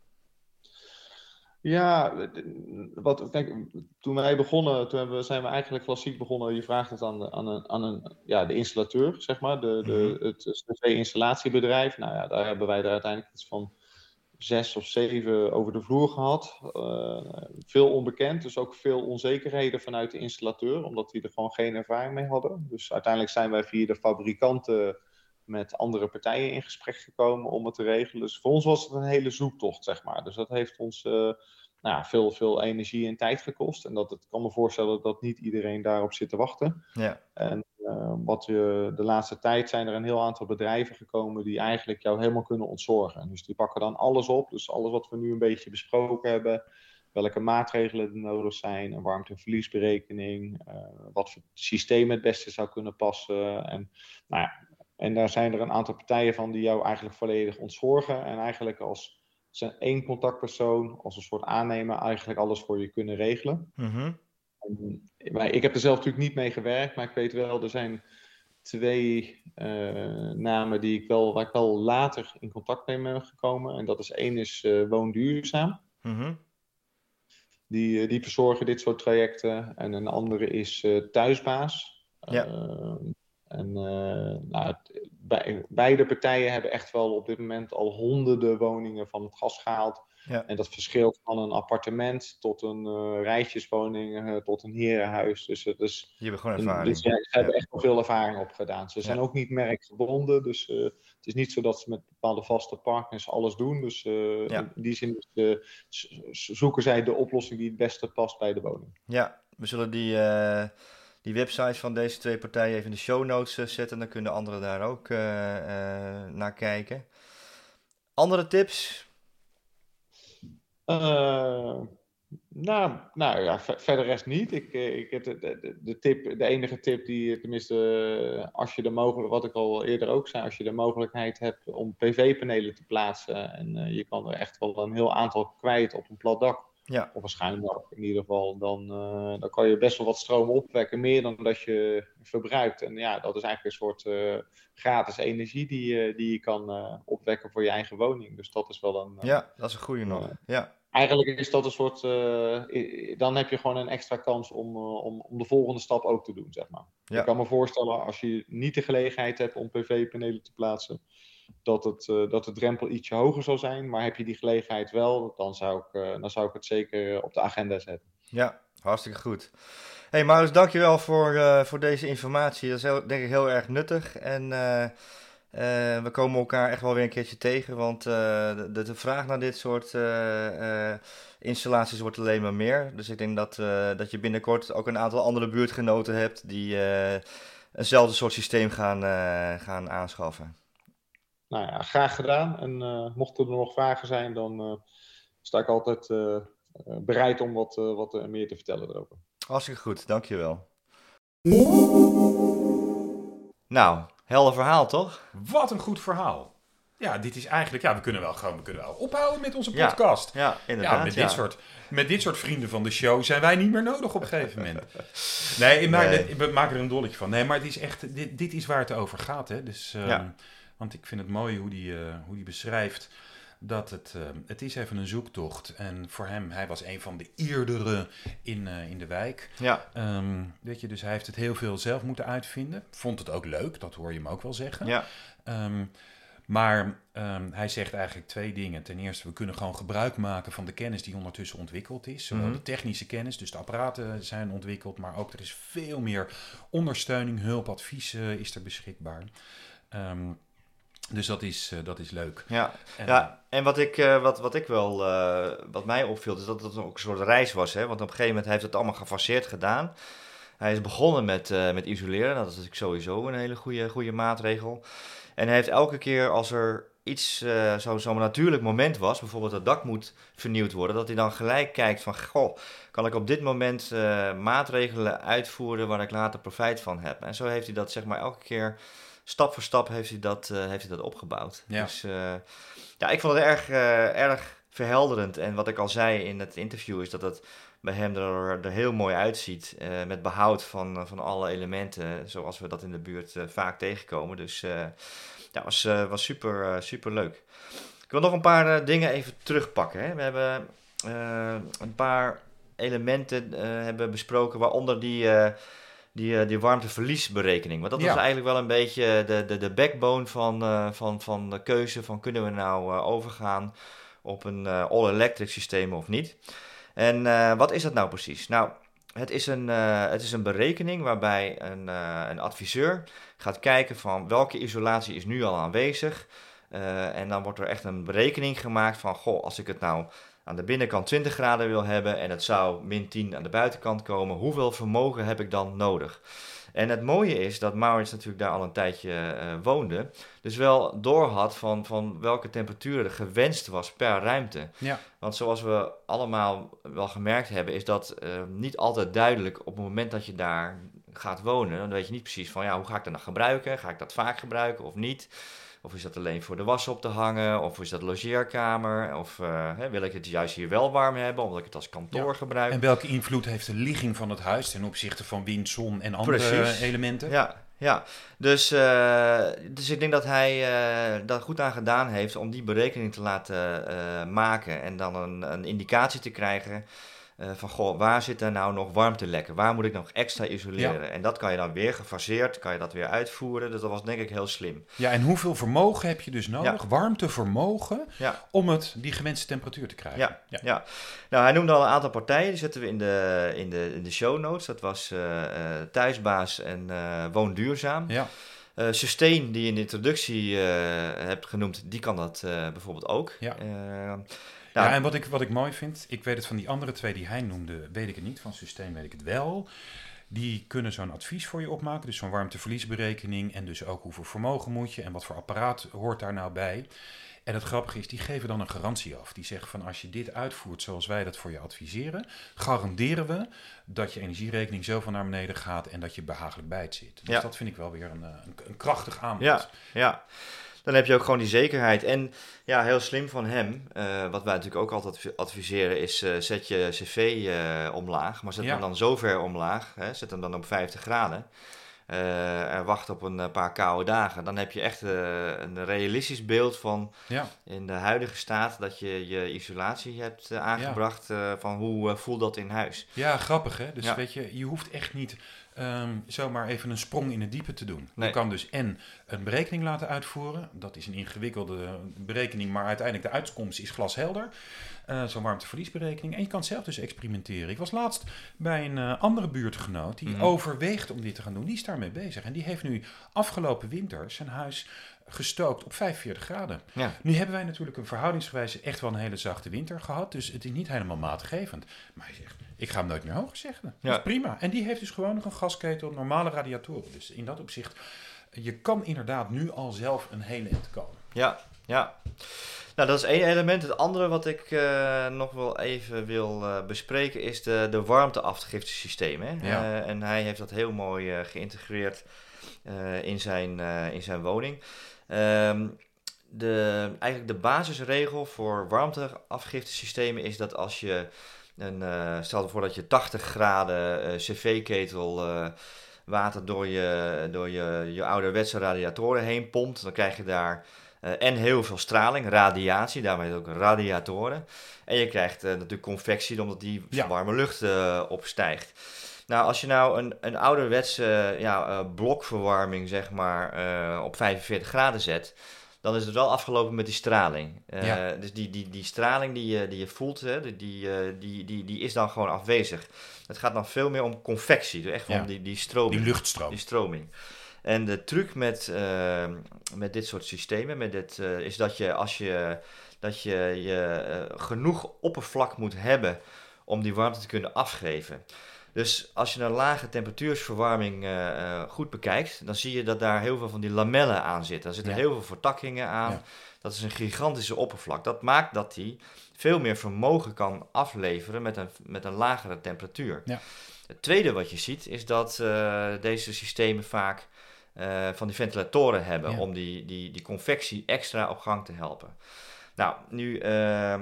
Ja, wat, kijk, toen wij begonnen, toen hebben, zijn we eigenlijk klassiek begonnen. Je vraagt het aan, de, aan, een, aan een, ja, de installateur, zeg maar, de, de, het C V-installatiebedrijf. Nou ja, daar hebben wij er uiteindelijk iets van zes of zeven over de vloer gehad. Uh, veel onbekend, dus ook veel onzekerheden vanuit de installateur, omdat die er gewoon geen ervaring mee hadden. Dus uiteindelijk zijn wij via de fabrikanten met andere partijen in gesprek gekomen om het te regelen. Dus voor ons was het een hele zoektocht, zeg maar. Dus dat heeft ons uh, nou ja, veel, veel energie en tijd gekost. En dat het kan me voorstellen dat niet iedereen daarop zit te wachten. Ja. En uh, wat je, de laatste tijd zijn er een heel aantal bedrijven gekomen die eigenlijk jou helemaal kunnen ontzorgen. Dus die pakken dan alles op. Dus alles wat we nu een beetje besproken hebben. Welke maatregelen er nodig zijn, een warmteverliesberekening, uh, wat voor systeem het beste zou kunnen passen. En nou ja, En daar zijn er een aantal partijen van die jou eigenlijk volledig ontzorgen. En eigenlijk als zijn één contactpersoon, als een soort aannemer, eigenlijk alles voor je kunnen regelen. Mm-hmm. En, maar ik heb er zelf natuurlijk niet mee gewerkt, maar ik weet wel, er zijn twee uh, namen die ik wel, waar ik wel later in contact mee ben gekomen. En dat is één is uh, Woonduurzaam. Mm-hmm. Die, uh, die verzorgen dit soort trajecten. En een andere is uh, Thuisbaas. Ja. Uh, En uh, nou, het, bij, beide partijen hebben echt wel op dit moment al honderden woningen van het gas gehaald. Ja. En dat verschilt van een appartement tot een uh, rijtjeswoning, uh, tot een herenhuis. Dus het is, je hebt gewoon ervaring. Dus, ja, ze hebben ja. echt wel veel ervaring opgedaan. Ze zijn ja. ook niet merkgebonden. Dus uh, het is niet zo dat ze met bepaalde vaste partners alles doen. Dus uh, ja. in die zin uh, zoeken zij de oplossing die het beste past bij de woning. Ja, we zullen die... Uh... die websites van deze twee partijen even in de show notes uh, zetten. Dan kunnen anderen daar ook uh, uh, naar kijken. Andere tips? Uh, nou, nou ja, ver, verder rest niet. Ik, ik, de, de, de, tip, de enige tip die, tenminste, als je de mogelijk, wat ik al eerder ook zei, als je de mogelijkheid hebt om P V-panelen te plaatsen en uh, je kan er echt wel een heel aantal kwijt op een plat dak, Ja. of een schuin dak in ieder geval, dan, uh, dan kan je best wel wat stroom opwekken, meer dan dat je verbruikt. En ja, dat is eigenlijk een soort uh, gratis energie die, uh, die je kan uh, opwekken voor je eigen woning. Dus dat is wel een... Uh, ja, dat is een goede nog. Ja. Eigenlijk is dat een soort, uh, dan heb je gewoon een extra kans om, uh, om, om de volgende stap ook te doen, zeg maar. Ja. Ik kan me voorstellen, als je niet de gelegenheid hebt om P V-panelen te plaatsen, dat, het, uh, dat de drempel ietsje hoger zal zijn. Maar heb je die gelegenheid wel, dan zou ik, uh, dan zou ik het zeker op de agenda zetten. Ja, hartstikke goed. Hey Maurits, dankjewel voor, uh, voor deze informatie. Dat is heel, denk ik heel erg nuttig. En uh, uh, we komen elkaar echt wel weer een keertje tegen. Want uh, de, de vraag naar dit soort uh, uh, installaties wordt alleen maar meer. Dus ik denk dat, uh, dat je binnenkort ook een aantal andere buurtgenoten hebt die uh, eenzelfde soort systeem gaan, uh, gaan aanschaffen. Nou ja, graag gedaan. En uh, mochten er nog vragen zijn, dan uh, sta ik altijd uh, bereid om wat, uh, wat uh, meer te vertellen erover. Hartstikke goed, dankjewel. Nou, helder verhaal toch? Wat een goed verhaal. Ja, dit is eigenlijk, ja, we kunnen wel gewoon, we kunnen wel ophouden met onze podcast. Ja, ja inderdaad. Ja, met, ja. Dit soort, met dit soort vrienden van de show zijn wij niet meer nodig op een gegeven moment. Nee, maar nee. Dit, we maken er een dolletje van. Nee, maar het is echt, dit, dit is waar het over gaat. Hè. Dus, um, ja. Want ik vind het mooi hoe die, uh, hoe die beschrijft dat het, uh, het is even een zoektocht. En voor hem, hij was een van de eerdere in, uh, in de wijk. Ja. Um, weet je, dus hij heeft het heel veel zelf moeten uitvinden. Vond het ook leuk, dat hoor je hem ook wel zeggen. Ja. Um, maar um, hij zegt eigenlijk twee dingen. Ten eerste, we kunnen gewoon gebruik maken van de kennis die ondertussen ontwikkeld is. Zowel mm-hmm. de technische kennis, dus de apparaten zijn ontwikkeld, maar ook er is veel meer ondersteuning, hulp, advies uh, is er beschikbaar. Um, dus dat is, uh, dat is leuk. Ja, en, ja, en wat, ik, uh, wat, wat ik wel, uh, wat mij opviel, is dat het ook een soort reis was. Hè? Want op een gegeven moment heeft het allemaal gefaseerd gedaan. Hij is begonnen met, uh, met isoleren, dat is natuurlijk sowieso een hele goede, goede maatregel. En hij heeft elke keer als er iets, uh, zo, zo'n natuurlijk moment was, bijvoorbeeld het dak moet vernieuwd worden, dat hij dan gelijk kijkt van, goh, kan ik op dit moment uh, maatregelen uitvoeren waar ik later profijt van heb. En zo heeft hij dat zeg maar elke keer, stap voor stap heeft hij dat, uh, heeft hij dat opgebouwd. Ja. Dus uh, ja, ik vond het erg, uh, erg verhelderend. En wat ik al zei in het interview is dat het bij hem er, er heel mooi uitziet. Uh, met behoud van, van alle elementen zoals we dat in de buurt uh, vaak tegenkomen. Dus uh, ja, was, uh, was super, uh, super leuk. Ik wil nog een paar uh, dingen even terugpakken. Hè. We hebben uh, een paar elementen uh, hebben besproken, waaronder die... Uh, Die, uh, die warmteverliesberekening. Want dat ja. was eigenlijk wel een beetje de, de, de backbone van, uh, van, van de keuze van kunnen we nou uh, overgaan op een uh, all-electric systeem of niet. En uh, wat is dat nou precies? Nou, het is een, uh, het is een berekening waarbij een, uh, een adviseur gaat kijken van welke isolatie is nu al aanwezig. Uh, en dan wordt er echt een berekening gemaakt van, goh, als ik het nou aan de binnenkant twintig graden wil hebben en het zou min tien aan de buitenkant komen, hoeveel vermogen heb ik dan nodig? En het mooie is dat Maurits natuurlijk daar al een tijdje uh, woonde, dus wel doorhad van, van welke temperatuur er gewenst was per ruimte. Ja. Want zoals we allemaal wel gemerkt hebben, is dat uh, niet altijd duidelijk op het moment dat je daar gaat wonen. Dan weet je niet precies van, ja, hoe ga ik dat nou gebruiken? Ga ik dat vaak gebruiken of niet? Of is dat alleen voor de was op te hangen? Of is dat logeerkamer? Of uh, hè, wil ik het juist hier wel warm hebben, omdat ik het als kantoor ja. gebruik? En welke invloed heeft de ligging van het huis ten opzichte van wind, zon en andere Precies. elementen? Ja, ja. Dus, uh, dus ik denk dat hij uh, daar goed aan gedaan heeft om die berekening te laten uh, maken. En dan een, een indicatie te krijgen uh, van, goh, waar zit er nou nog warmtelekken? Waar moet ik nog extra isoleren? Ja. En dat kan je dan weer gefaseerd, kan je dat weer uitvoeren. Dus dat was denk ik heel slim. Ja, en hoeveel vermogen heb je dus nodig? Ja. Warmtevermogen, ja. om het die gewenste temperatuur te krijgen. Ja, ja. ja. Nou, hij noemde al een aantal partijen, die zetten we in de, in de, in de show notes. Dat was uh, uh, Thuisbaas en uh, Woonduurzaam. Ja. Uh, Sustain, die je in de introductie uh, hebt genoemd, die kan dat uh, bijvoorbeeld ook. Ja. Uh, Nou, ja, en wat ik, wat ik mooi vind, ik weet het van die andere twee die hij noemde, weet ik het niet. Van Sustain weet ik het wel. Die kunnen zo'n advies voor je opmaken, dus zo'n warmteverliesberekening en dus ook hoeveel vermogen moet je en wat voor apparaat hoort daar nou bij. En het grappige is, die geven dan een garantie af. Die zeggen van als je dit uitvoert zoals wij dat voor je adviseren, garanderen we dat je energierekening zoveel naar beneden gaat en dat je behagelijk bij het zit. Dus Ja. dat vind ik wel weer een, een, een krachtig aanbod. Ja, ja. Dan heb je ook gewoon die zekerheid. En ja, heel slim van hem, uh, wat wij natuurlijk ook altijd adviseren, is uh, zet je cv uh, omlaag. Maar zet Ja. hem dan zo ver omlaag, hè, zet hem dan op vijftig graden. Uh, en wacht op een paar koude dagen. Dan heb je echt uh, een realistisch beeld van Ja. in de huidige staat dat je je isolatie hebt uh, aangebracht. Uh, van hoe uh, voelt dat in huis? Ja, grappig hè. Dus Ja. weet je, je hoeft echt niet um, zomaar even een sprong in het diepe te doen. Nee. Je kan dus en een berekening laten uitvoeren. Dat is een ingewikkelde berekening, maar uiteindelijk de uitkomst is glashelder. Uh, Zo'n warmteverliesberekening. En je kan zelf dus experimenteren. Ik was laatst bij een uh, andere buurtgenoot die Mm-hmm. overweegt om dit te gaan doen. Die is daarmee bezig. En die heeft nu afgelopen winter zijn huis gestookt op vijfenveertig graden. Ja. Nu hebben wij natuurlijk een verhoudingsgewijs echt wel een hele zachte winter gehad. Dus het is niet helemaal maatgevend. Maar hij zegt, ik ga hem nooit meer hoger zeggen. Ja. Dat is prima. En die heeft dus gewoon nog een gasketel, normale radiatoren. Dus in dat opzicht, je kan inderdaad nu al zelf een hele eind komen. Ja, ja. Nou, dat is één element. Het andere wat ik uh, nog wel even wil uh, bespreken is de, de warmteafgiftesysteem. Hè? Ja. Uh, en hij heeft dat heel mooi uh, geïntegreerd uh, in, zijn, uh, in zijn woning. Um, de, eigenlijk de basisregel voor warmteafgiftesystemen is dat als je, een, uh, stel ervoor dat je tachtig graden uh, cv-ketel uh, water door je, door je, je ouderwetse radiatoren heen pompt, dan krijg je daar Uh, en heel veel straling, radiatie, daarmee ook radiatoren. En je krijgt uh, natuurlijk convectie, omdat die Ja. warme lucht uh, opstijgt. Nou, als je nou een, een ouderwetse ja, uh, blokverwarming zeg maar, uh, op vijfenveertig graden zet, dan is het wel afgelopen met die straling. Uh, Ja. Dus die, die, die straling die je, die je voelt, hè, die, die, uh, die, die, die is dan gewoon afwezig. Het gaat dan veel meer om convectie, dus echt Ja. om die, die stroming. Die luchtstroom. Die stroming. En de truc met, uh, met dit soort systemen met dit, uh, is dat je als je, dat je, je uh, genoeg oppervlak moet hebben om die warmte te kunnen afgeven. Dus als je een lage temperatuursverwarming uh, uh, goed bekijkt, dan zie je dat daar heel veel van die lamellen aan zitten. Er zitten Ja. heel veel vertakkingen aan. Ja. Dat is een gigantische oppervlak. Dat maakt dat die veel meer vermogen kan afleveren met een, met een lagere temperatuur. Ja. Het tweede wat je ziet is dat uh, deze systemen vaak Uh, van die ventilatoren hebben Ja. om die, die, die convectie extra op gang te helpen. Nou, nu uh,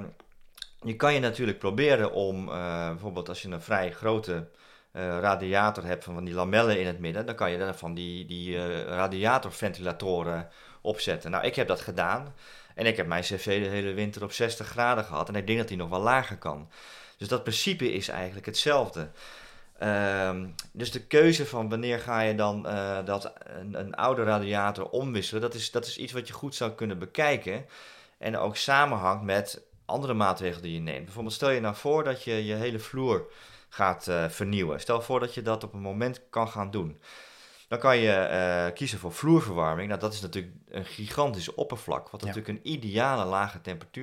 je kan je natuurlijk proberen om, uh, bijvoorbeeld als je een vrij grote uh, radiator hebt van, van die lamellen in het midden, dan kan je daar van die, die uh, radiatorventilatoren opzetten. Nou, ik heb dat gedaan en ik heb mijn cv de hele winter op zestig graden gehad en ik denk dat die nog wel lager kan. Dus dat principe is eigenlijk hetzelfde. Um, dus de keuze van wanneer ga je dan uh, dat een, een oude radiator omwisselen, dat is, dat is iets wat je goed zou kunnen bekijken en ook samenhangt met andere maatregelen die je neemt. Bijvoorbeeld stel je nou voor dat je je hele vloer gaat uh, vernieuwen. Stel voor dat je dat op een moment kan gaan doen. Dan kan je uh, kiezen voor vloerverwarming. Nou, dat is natuurlijk een gigantische oppervlak, wat Ja. natuurlijk een ideale lage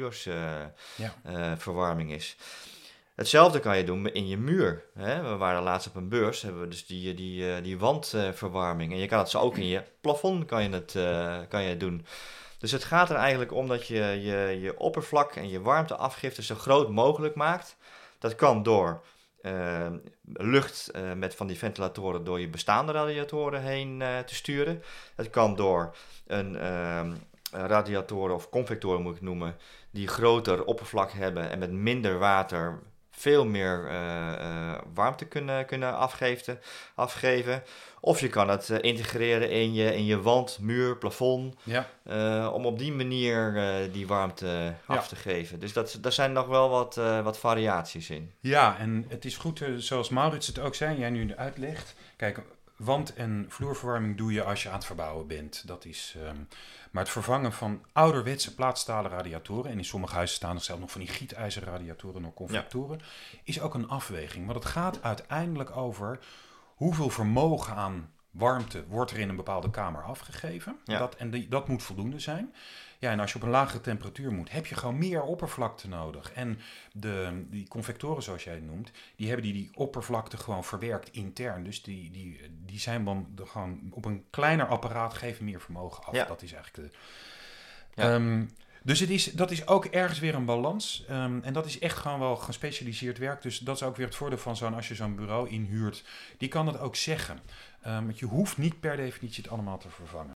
temperatuursverwarming uh, Ja. uh, is. Hetzelfde kan je doen in je muur. Hè? We waren laatst op een beurs, hebben we dus die, die, die wandverwarming. En je kan het zo ook in je plafond kan je het, uh, kan je het doen. Dus het gaat er eigenlijk om dat je, je je oppervlak en je warmteafgifte zo groot mogelijk maakt. Dat kan door uh, lucht uh, met van die ventilatoren door je bestaande radiatoren heen uh, te sturen. Het kan door een uh, radiatoren of convectoren moet ik noemen, die groter oppervlak hebben en met minder water veel meer uh, uh, warmte kunnen, kunnen afgeven, afgeven. Of je kan het uh, integreren in je, in je wand, muur, plafond. Ja. Uh, om op die manier uh, die warmte Ja. af te geven. Dus dat, daar zijn nog wel wat, uh, wat variaties in. Ja, en het is goed, uh, zoals Maurits het ook zei, jij nu uitlegt. Kijk, wand- en vloerverwarming doe je als je aan het verbouwen bent. Dat is, um, maar het vervangen van ouderwetse plaatstalen radiatoren, en in sommige huizen staan er zelfs nog van die gietijzer radiatoren of convectoren, ja. is ook een afweging. Want het gaat uiteindelijk over hoeveel vermogen aan warmte wordt er in een bepaalde kamer afgegeven. Ja. Dat, en die, dat moet voldoende zijn. Ja, en als je op een lagere temperatuur moet, heb je gewoon meer oppervlakte nodig. En de, die convectoren, zoals jij het noemt, die hebben die, die oppervlakte gewoon verwerkt intern. Dus die, die, die zijn dan de, gewoon op een kleiner apparaat geven meer vermogen af. Ja. Dat is eigenlijk de... Ja. Um, Dus het is, dat is ook ergens weer een balans. Um, en dat is echt gewoon wel gespecialiseerd werk. Dus dat is ook weer het voordeel van zo'n, als je zo'n bureau inhuurt, die kan dat ook zeggen. Um, want je hoeft niet per definitie het allemaal te vervangen.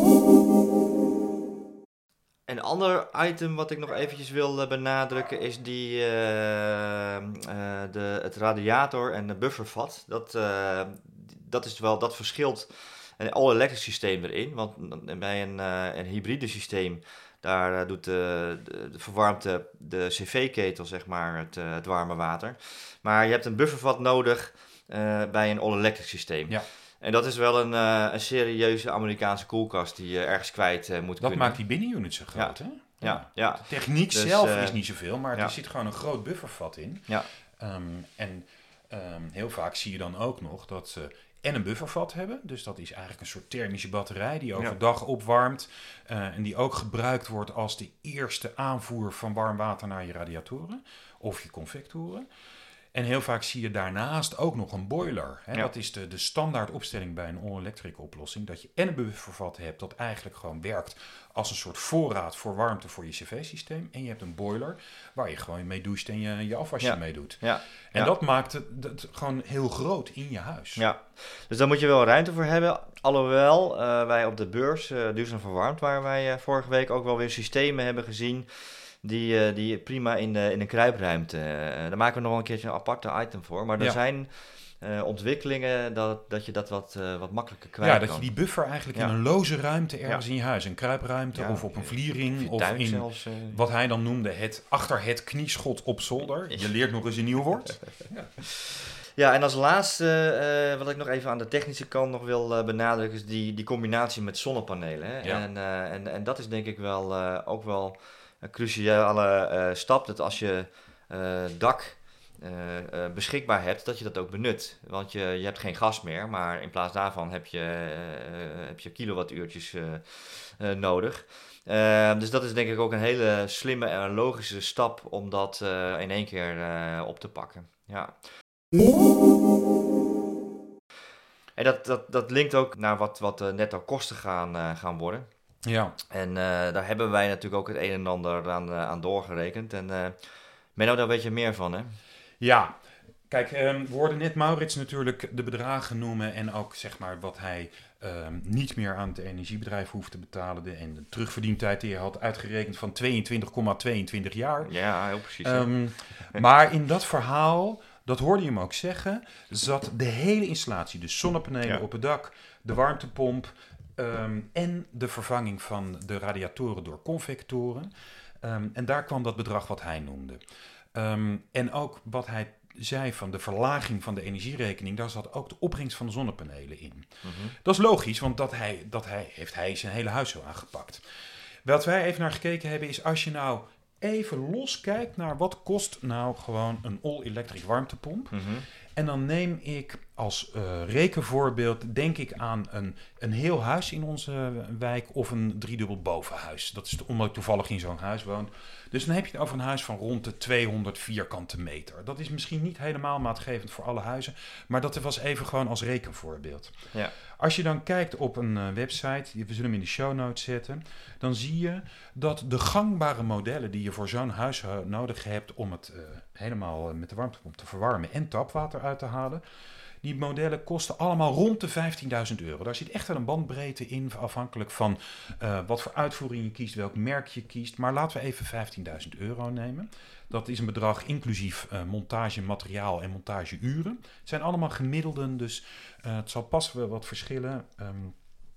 Een ander item wat ik nog eventjes wil uh, benadrukken is die, uh, uh, de, het radiator en de buffervat. Dat, uh, dat, is wel, dat verschilt een all-electric systeem erin. Want bij een, uh, een hybride systeem, daar uh, doet de, de, de verwarmte de cv-ketel, zeg maar, het, uh, het warme water. Maar je hebt een buffervat nodig uh, bij een all-electric systeem. Ja. En dat is wel een, uh, een serieuze Amerikaanse koelkast die je ergens kwijt uh, moet dat kunnen. Dat maakt die binnenunit zo groot, ja. hè? Ja, ja. ja. De techniek dus, zelf uh, is niet zoveel, maar ja. er zit gewoon een groot buffervat in. Ja. Um, en um, heel vaak zie je dan ook nog dat ze en een buffervat hebben. Dus dat is eigenlijk een soort thermische batterij die overdag ja. opwarmt. Uh, en die ook gebruikt wordt als de eerste aanvoer van warm water naar je radiatoren of je convectoren. En heel vaak zie je daarnaast ook nog een boiler. Hè? Ja. Dat is de, de standaard opstelling bij een all-electric oplossing. Dat je en een buffervat hebt dat eigenlijk gewoon werkt als een soort voorraad voor warmte voor je cv-systeem. En je hebt een boiler waar je gewoon mee doucht en je, je afwasje ja. mee doet. Ja. En ja. dat maakt het, het gewoon heel groot in je huis. Ja, dus daar moet je wel ruimte voor hebben. Alhoewel uh, wij op de beurs, uh, Duurzaam Verwarmd, waar wij uh, vorige week ook wel weer systemen hebben gezien die, uh, die prima in de, in de kruipruimte. Uh, daar maken we nog een keertje een aparte item voor. Maar er ja. zijn uh, ontwikkelingen dat, dat je dat wat, uh, wat makkelijker kwijt Ja, kan. dat je die buffer eigenlijk ja. in een loze ruimte ergens ja. in je huis, een kruipruimte ja. of op een vliering of, of in zelfs, uh... wat hij dan noemde het achter het knieschot op zolder. Je leert nog eens een nieuw woord. ja. Ja, en als laatste, uh, wat ik nog even aan de technische kant nog wil uh, benadrukken, is die, die combinatie met zonnepanelen. Hè? Ja. En, uh, en, en dat is denk ik wel uh, ook wel een cruciale uh, stap, dat als je uh, dak uh, uh, beschikbaar hebt, dat je dat ook benut. Want je, je hebt geen gas meer, maar in plaats daarvan heb je, uh, heb je kilowattuurtjes uh, uh, nodig. Uh, dus dat is denk ik ook een hele slimme en logische stap om dat uh, in één keer uh, op te pakken. Ja. En dat, dat, dat linkt ook naar wat, wat uh, netto kosten gaan, uh, gaan worden. Ja. En uh, daar hebben wij natuurlijk ook het een en ander aan, uh, aan doorgerekend. En uh, Menno, daar weet je meer van, hè? Ja, kijk, um, we hoorden net Maurits natuurlijk de bedragen noemen en ook zeg maar wat hij um, niet meer aan het energiebedrijf hoeft te betalen. De, en de terugverdientijd die hij had uitgerekend van tweeëntwintig komma tweeëntwintig jaar. Ja, heel precies. Um, maar in dat verhaal, dat hoorde je hem ook zeggen, zat de hele installatie, dus zonnepanelen ja. op het dak, de warmtepomp um, en de vervanging van de radiatoren door convectoren. Um, en daar kwam dat bedrag wat hij noemde. Um, en ook wat hij zei van de verlaging van de energierekening, daar zat ook de opbrengst van de zonnepanelen in. Mm-hmm. Dat is logisch, want dat, hij, dat hij, heeft hij zijn hele huis zo aangepakt. Wat wij even naar gekeken hebben is, als je nou even los kijkt naar wat kost nou gewoon een all-electric warmtepomp. Mm-hmm. En dan neem ik als uh, rekenvoorbeeld, denk ik aan een, een heel huis in onze wijk of een driedubbel bovenhuis. Dat is omdat ik toevallig in zo'n huis woon. Dus dan heb je het over een huis van rond de tweehonderd vierkante meter. Dat is misschien niet helemaal maatgevend voor alle huizen, maar dat was even gewoon als rekenvoorbeeld. Ja. Als je dan kijkt op een uh, website, we zullen hem in de show notes zetten, dan zie je dat de gangbare modellen die je voor zo'n huis uh, nodig hebt om het uh, helemaal uh, met de warmtepomp te verwarmen en tapwater uit te halen, die modellen kosten allemaal rond de vijftienduizend euro. Daar zit echt wel een bandbreedte in, afhankelijk van uh, wat voor uitvoering je kiest, welk merk je kiest. Maar laten we even vijftienduizend euro nemen. Dat is een bedrag inclusief uh, montage, materiaal en montageuren. Het zijn allemaal gemiddelden, dus uh, het zal pas wel wat verschillen. Um,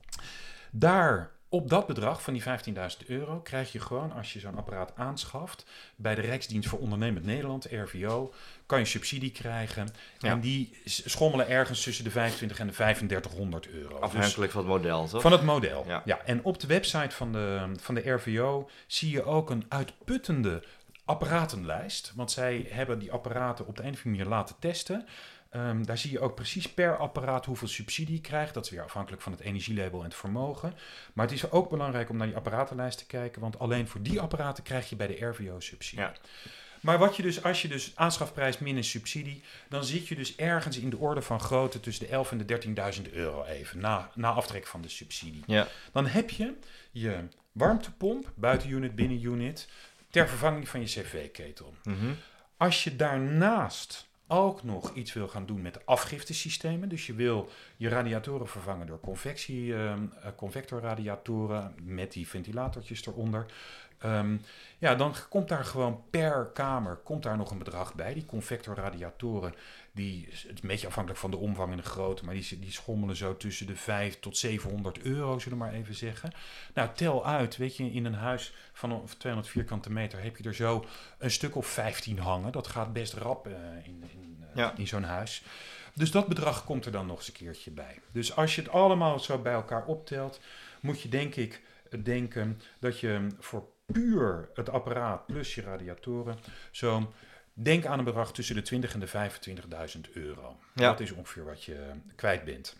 daar... Op dat bedrag van die vijftienduizend euro krijg je gewoon, als je zo'n apparaat aanschaft, bij de Rijksdienst voor Ondernemend Nederland, R V O, kan je subsidie krijgen. Ja. En die schommelen ergens tussen de vijfentwintig en de vijfendertighonderd euro. Afhankelijk dus van het model, toch? Van het model, ja. ja. En op de website van de, van de R V O zie je ook een uitputtende apparatenlijst. Want zij hebben die apparaten op de een of andere manier laten testen. Um, daar zie je ook precies per apparaat hoeveel subsidie je krijgt. Dat is weer afhankelijk van het energielabel en het vermogen. Maar het is ook belangrijk om naar die apparatenlijst te kijken. Want alleen voor die apparaten krijg je bij de R V O subsidie. Ja. Maar wat je dus, als je dus aanschafprijs min subsidie, dan zit je dus ergens in de orde van grootte tussen de elf en de dertienduizend euro even. Na, na aftrek van de subsidie. Ja. Dan heb je je warmtepomp, buitenunit, binnenunit, ter vervanging van je cv-ketel. Mm-hmm. Als je daarnaast ook nog iets wil gaan doen met de afgiftesystemen, dus je wil je radiatoren vervangen door convectie, uh, convectorradiatoren met die ventilatortjes eronder. Um, ja, dan komt daar gewoon per kamer komt daar nog een bedrag bij. Die convectorradiatoren, die, het is een beetje afhankelijk van de omvang en de grootte, maar die, die schommelen zo tussen de vijf tot zevenhonderd euro, zullen we maar even zeggen. Nou, tel uit, weet je, in een huis van tweehonderd vierkante meter heb je er zo een stuk of vijftien hangen. Dat gaat best rap uh, in, in, uh, ja. in zo'n huis. Dus dat bedrag komt er dan nog eens een keertje bij. Dus als je het allemaal zo bij elkaar optelt, moet je denk ik denken dat je voor puur het apparaat plus je radiatoren, zo denk aan een bedrag tussen de twintig en de vijfentwintigduizend euro. Ja. Dat is ongeveer wat je kwijt bent.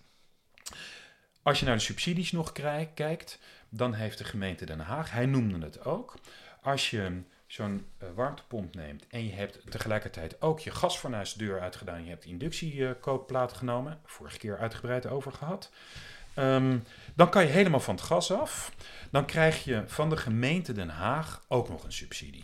Als je naar de subsidies nog krijg, kijkt, dan heeft de gemeente Den Haag, hij noemde het ook, als je zo'n uh, warmtepomp neemt en je hebt tegelijkertijd ook je gasfornuis de deur uitgedaan, je hebt inductiekookplaat genomen, vorige keer uitgebreid over gehad, um, dan kan je helemaal van het gas af. Dan krijg je van de gemeente Den Haag ook nog een subsidie.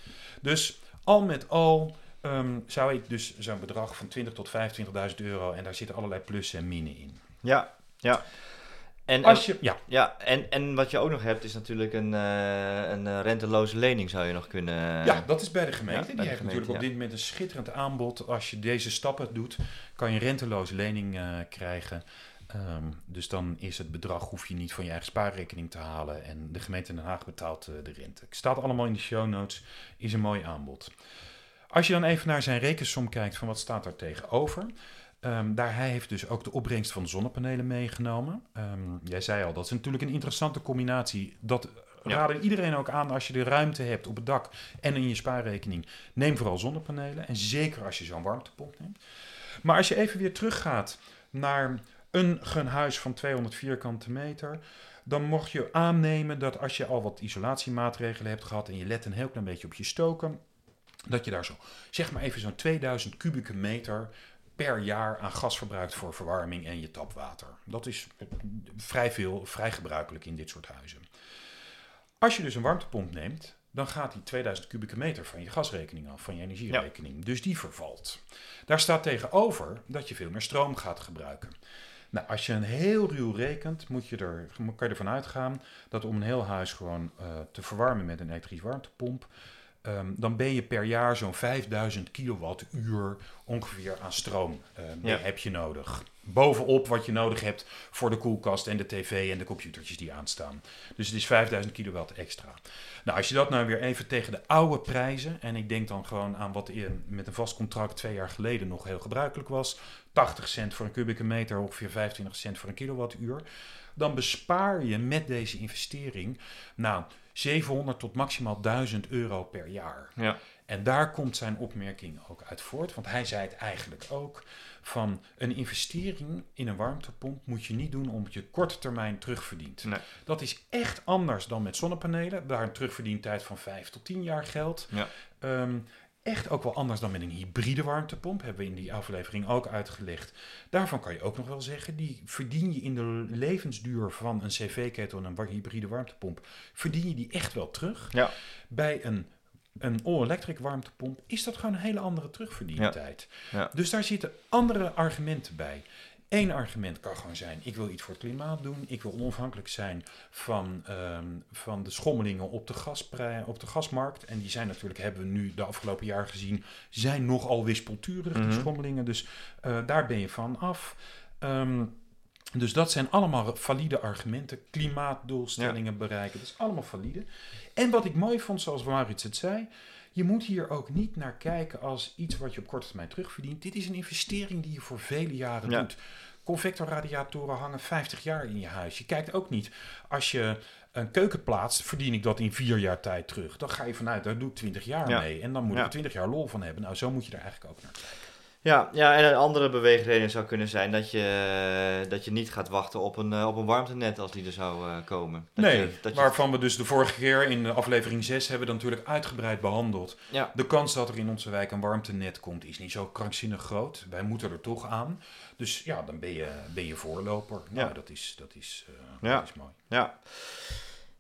Dus al met al um, zou ik dus zo'n bedrag van twintig tot vijfentwintigduizend euro en daar zitten allerlei plussen en minnen in. Ja, ja. En, Als je, ja. Ja, en, en wat je ook nog hebt is natuurlijk een, uh, een renteloze lening zou je nog kunnen... Uh, ja, dat is bij de gemeente. Ja, Die heeft gemeente, natuurlijk ja. op dit moment een schitterend aanbod. Als je deze stappen doet, kan je een renteloze lening uh, krijgen. Um, dus dan is het bedrag, hoef je niet van je eigen spaarrekening te halen. En de gemeente Den Haag betaalt uh, de rente. Het staat allemaal in de show notes. Is een mooi aanbod. Als je dan even naar zijn rekensom kijkt van wat staat daar tegenover. Um, daar hij heeft dus ook de opbrengst van de zonnepanelen meegenomen. Um, jij zei al, dat is natuurlijk een interessante combinatie. Dat ja. raden iedereen ook aan als je de ruimte hebt op het dak en in je spaarrekening. Neem vooral zonnepanelen. En zeker als je zo'n warmtepomp neemt. Maar als je even weer teruggaat naar een huis van tweehonderd vierkante meter, dan mocht je aannemen dat als je al wat isolatiemaatregelen hebt gehad en je let een heel klein beetje op je stoken, dat je daar zo, zeg maar even zo'n tweeduizend kubieke meter per jaar aan gas verbruikt voor verwarming en je tapwater. Dat is vrij veel, vrij gebruikelijk in dit soort huizen. Als je dus een warmtepomp neemt, dan gaat die tweeduizend kubieke meter van je gasrekening af, van je energierekening. Ja. Dus die vervalt. Daar staat tegenover dat je veel meer stroom gaat gebruiken. Nou, als je een heel ruw rekent, moet je er, kan je ervan uitgaan dat om een heel huis gewoon uh, te verwarmen met een elektrische warmtepomp, um, dan ben je per jaar zo'n vijfduizend kilowattuur ongeveer aan stroom uh, ja. heb je nodig. Bovenop wat je nodig hebt voor de koelkast en de tv en de computertjes die aanstaan. Dus het is vijfduizend kilowatt extra. Nou, als je dat nou weer even tegen de oude prijzen, en ik denk dan gewoon aan wat met een vast contract twee jaar geleden nog heel gebruikelijk was, tachtig cent voor een kubieke meter, ongeveer vijfentwintig cent voor een kilowattuur, dan bespaar je met deze investering nou zevenhonderd tot maximaal duizend euro per jaar. Ja. En daar komt zijn opmerking ook uit voort, want hij zei het eigenlijk ook, van een investering in een warmtepomp moet je niet doen omdat je korte termijn terugverdient. Nee. Dat is echt anders dan met zonnepanelen, daar een terugverdientijd van vijf tot tien jaar geldt. Ja. Um, echt ook wel anders dan met een hybride warmtepomp, hebben we in die aflevering ook uitgelegd. Daarvan kan je ook nog wel zeggen, die verdien je in de levensduur van een cv-ketel en een hybride warmtepomp, verdien je die echt wel terug. Ja. Bij een Een all-electric warmtepomp is dat gewoon een hele andere terugverdientijd. Ja. Ja. Dus daar zitten andere argumenten bij. Eén argument kan gewoon zijn, ik wil iets voor het klimaat doen. Ik wil onafhankelijk zijn van, um, van de schommelingen op de, gasprij, op de gasmarkt. En die zijn natuurlijk, hebben we nu de afgelopen jaar gezien, zijn nogal wispelturig, mm-hmm. die schommelingen. Dus uh, daar ben je van af. Um, Dus dat zijn allemaal valide argumenten. Klimaatdoelstellingen ja. bereiken, dat is allemaal valide. En wat ik mooi vond, zoals Maurits het zei, je moet hier ook niet naar kijken als iets wat je op korte termijn terugverdient. Dit is een investering die je voor vele jaren ja. doet. Convectorradiatoren hangen vijftig jaar in je huis. Je kijkt ook niet, als je een keuken plaatst, verdien ik dat in vier jaar tijd terug. Dan ga je vanuit, daar doe ik twintig jaar ja. mee. En dan moet ja. ik er twintig jaar lol van hebben. Nou, zo moet je er eigenlijk ook naar kijken. Ja, ja, en een andere beweegreden zou kunnen zijn dat je, dat je niet gaat wachten op een, op een warmtenet als die er zou uh, komen. Dat nee, je, dat waarvan je... we dus de vorige keer in de aflevering zes hebben we dan natuurlijk uitgebreid behandeld. Ja. De kans dat er in onze wijk een warmtenet komt is niet zo krankzinnig groot. Wij moeten er toch aan. Dus ja, dan ben je, ben je voorloper. Ja. Nou, dat is, dat is, uh, ja. dat is mooi. Ja.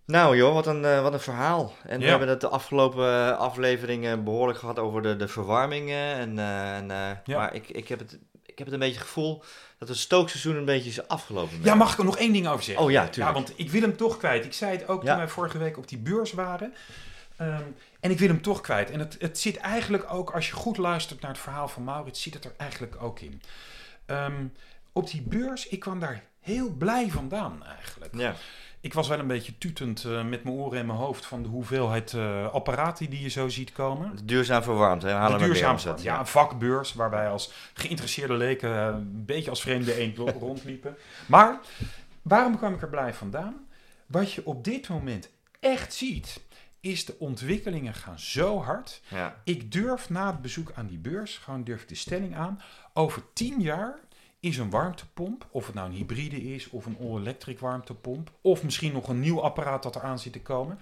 Nou joh, wat een, uh, wat een verhaal. En Ja. we hebben het de afgelopen afleveringen behoorlijk gehad over de, de verwarmingen. En, uh, en, uh, Ja. Maar ik, ik, heb het, ik heb het een beetje het gevoel dat het stookseizoen een beetje is afgelopen. Ja, mag ik er nog één ding over zeggen? Oh ja, tuurlijk. Ja, want ik wil hem toch kwijt. Ik zei het ook Ja. toen wij vorige week op die beurs waren. Um, en ik wil hem toch kwijt. En het, het zit eigenlijk ook, als je goed luistert naar het verhaal van Maurits, zit het er eigenlijk ook in. Um, op die beurs, ik kwam daar heel blij vandaan eigenlijk. Ja. Ik was wel een beetje tutend uh, met mijn oren en mijn hoofd van de hoeveelheid uh, apparaten die je zo ziet komen. Duurzaam verwarmd, hè? Halen de duurzaam verwarmd, ja, een vakbeurs waarbij als geïnteresseerde leken uh, een beetje als vreemde eend rondliepen. Maar waarom kwam ik er blij vandaan? Wat je op dit moment echt ziet, is de ontwikkelingen gaan zo hard. Ja. Ik durf na het bezoek aan die beurs, gewoon durf ik de stelling aan, over tien jaar is een warmtepomp, of het nou een hybride is of een all-electric warmtepomp, of misschien nog een nieuw apparaat dat eraan zit te komen,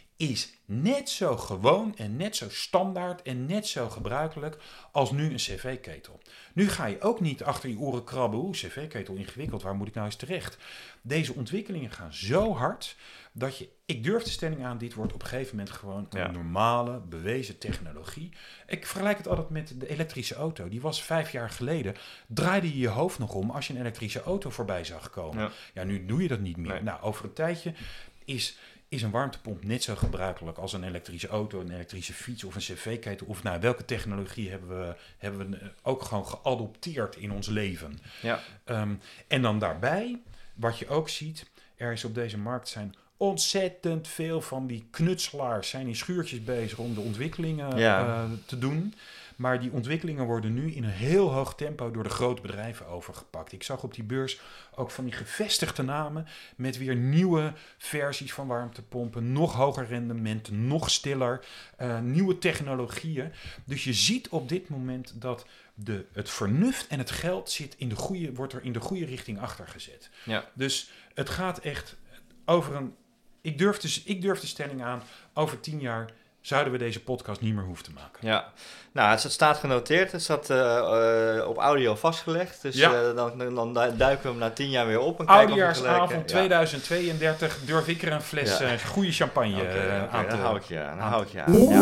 is net zo gewoon en net zo standaard en net zo gebruikelijk als nu een cv-ketel. Nu ga je ook niet achter je oren krabben, oeh, cv-ketel ingewikkeld, waar moet ik nou eens terecht? Deze ontwikkelingen gaan zo hard dat je, ik durf de stelling aan, dit wordt op een gegeven moment gewoon een Ja. normale, bewezen technologie. Ik vergelijk het altijd met de elektrische auto. Die was vijf jaar geleden, draaide je je hoofd nog om als je een elektrische auto voorbij zag komen. Ja. Ja, nu doe je dat niet meer. Nee. Nou, over een tijdje is, is een warmtepomp net zo gebruikelijk als een elektrische auto, een elektrische fiets of een cv-ketel. Of nou, welke technologie hebben we, hebben we ook gewoon geadopteerd in ons leven. Ja. Um, en dan daarbij, wat je ook ziet, er is op deze markt zijn ontzettend veel van die knutselaars zijn in schuurtjes bezig om de ontwikkelingen Ja. uh, te doen. Maar die ontwikkelingen worden nu in een heel hoog tempo door de grote bedrijven overgepakt. Ik zag op die beurs ook van die gevestigde namen met weer nieuwe versies van warmtepompen. Nog hoger rendement, nog stiller, uh, nieuwe technologieën. Dus je ziet op dit moment dat de, het vernuft en het geld zit in de goede, wordt er in de goede richting achter gezet. Ja. Dus het gaat echt over een... Ik durf, dus, ik durf de stelling aan, over tien jaar zouden we deze podcast niet meer hoeven te maken. Ja, nou, het staat genoteerd. Het staat uh, uh, op audio vastgelegd. Dus Ja. uh, dan, dan duiken we hem na tien jaar weer op. En kijken of we gelijk- Oudejaarsavond ja. tweeduizend tweeëndertig durf ik er een fles Ja. uh, goede champagne Oké, uh, oké, aan te... dan hou ik je aan. Dan aan hou te- ik je aan. Ja.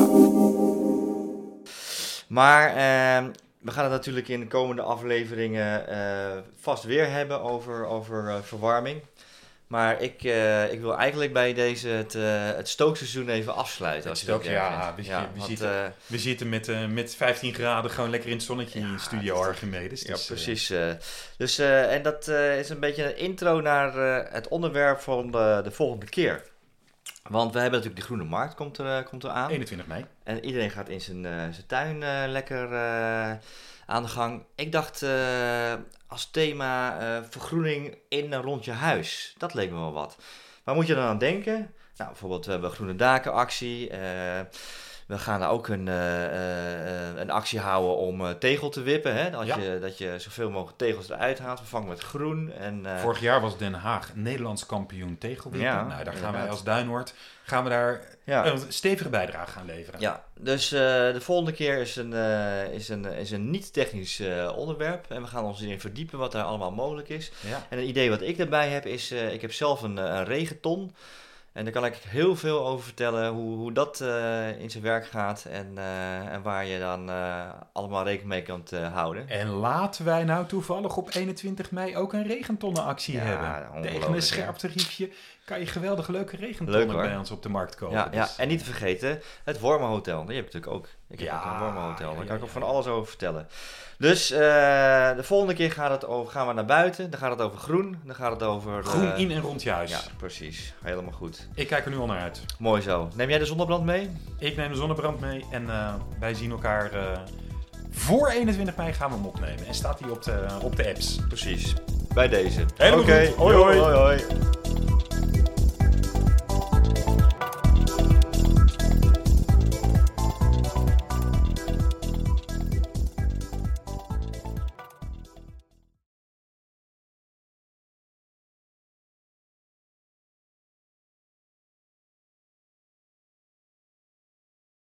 Maar uh, we gaan het natuurlijk in de komende afleveringen uh, vast weer hebben over, over uh, verwarming. Maar ik, uh, ik wil eigenlijk bij deze het, uh, het stookseizoen even afsluiten. Als Het je dat stook- erg ja, vindt. we- ja, we want, zitten- uh, We zitten met, uh, met vijftien graden gewoon lekker in het zonnetje Ja, in Studio dat- Archimedes. Ja, Dus, uh, precies. Uh, dus, uh, en dat uh, is een beetje een intro naar uh, het onderwerp van de, de volgende keer. Want we hebben natuurlijk de Groene Markt komt er, uh, komt er aan. eenentwintig mei. En iedereen gaat in zijn, uh, zijn tuin uh, lekker uh, aan de gang. Ik dacht uh, als thema uh, vergroening in en rond je huis. Dat leek me wel wat. Waar moet je dan aan denken? Nou, bijvoorbeeld we hebben een groene dakenactie. Uh, we gaan daar ook een, uh, uh, een actie houden om uh, tegel te wippen. Hè? Dat, Ja. je, dat je zoveel mogelijk tegels eruit haalt, vervangen met groen. En, uh, Vorig jaar was Den Haag Nederlands kampioen tegelwippen. Ja, nou, daar gaan wij inderdaad. als Duinoord gaan we daar ja. een stevige bijdrage gaan leveren. Ja, dus uh, de volgende keer is een, uh, is een, is een niet-technisch uh, onderwerp. En we gaan ons erin verdiepen wat daar allemaal mogelijk is. Ja. En een idee wat ik daarbij heb is, uh, ik heb zelf een, uh, een regenton. En daar kan ik heel veel over vertellen, hoe, hoe dat uh, in zijn werk gaat. En, uh, en waar je dan uh, allemaal rekening mee kunt uh, houden. En laten wij nou toevallig op eenentwintig mei ook een regentonnenactie Ja, hebben. ongelooflijk, Tegen een hè. scherp tariefje kan je geweldig leuke regentonnen Leuk, hoor. bij ons op de markt kopen. Ja, ja, Dus, en niet te vergeten, het Worma Hotel. Die heb ik natuurlijk ook. Ik heb Ja, ook een Worma Hotel. Daar ja, kan ik ja, ook van ja. alles over vertellen. Dus uh, de volgende keer gaat het over, gaan we naar buiten. Dan gaat het over groen. Dan gaat het over... Uh, groen in en rond je huis. Ja, precies. Helemaal goed. Ik kijk er nu al naar uit. Mooi zo. Neem jij de zonnebrand mee? Ik neem de zonnebrand mee en uh, wij zien elkaar uh, voor eenentwintig mei gaan we hem opnemen. En staat hij op de, op de apps. Precies. Bij deze. Helemaal Oké. goed. Hoi, hoi. hoi, hoi.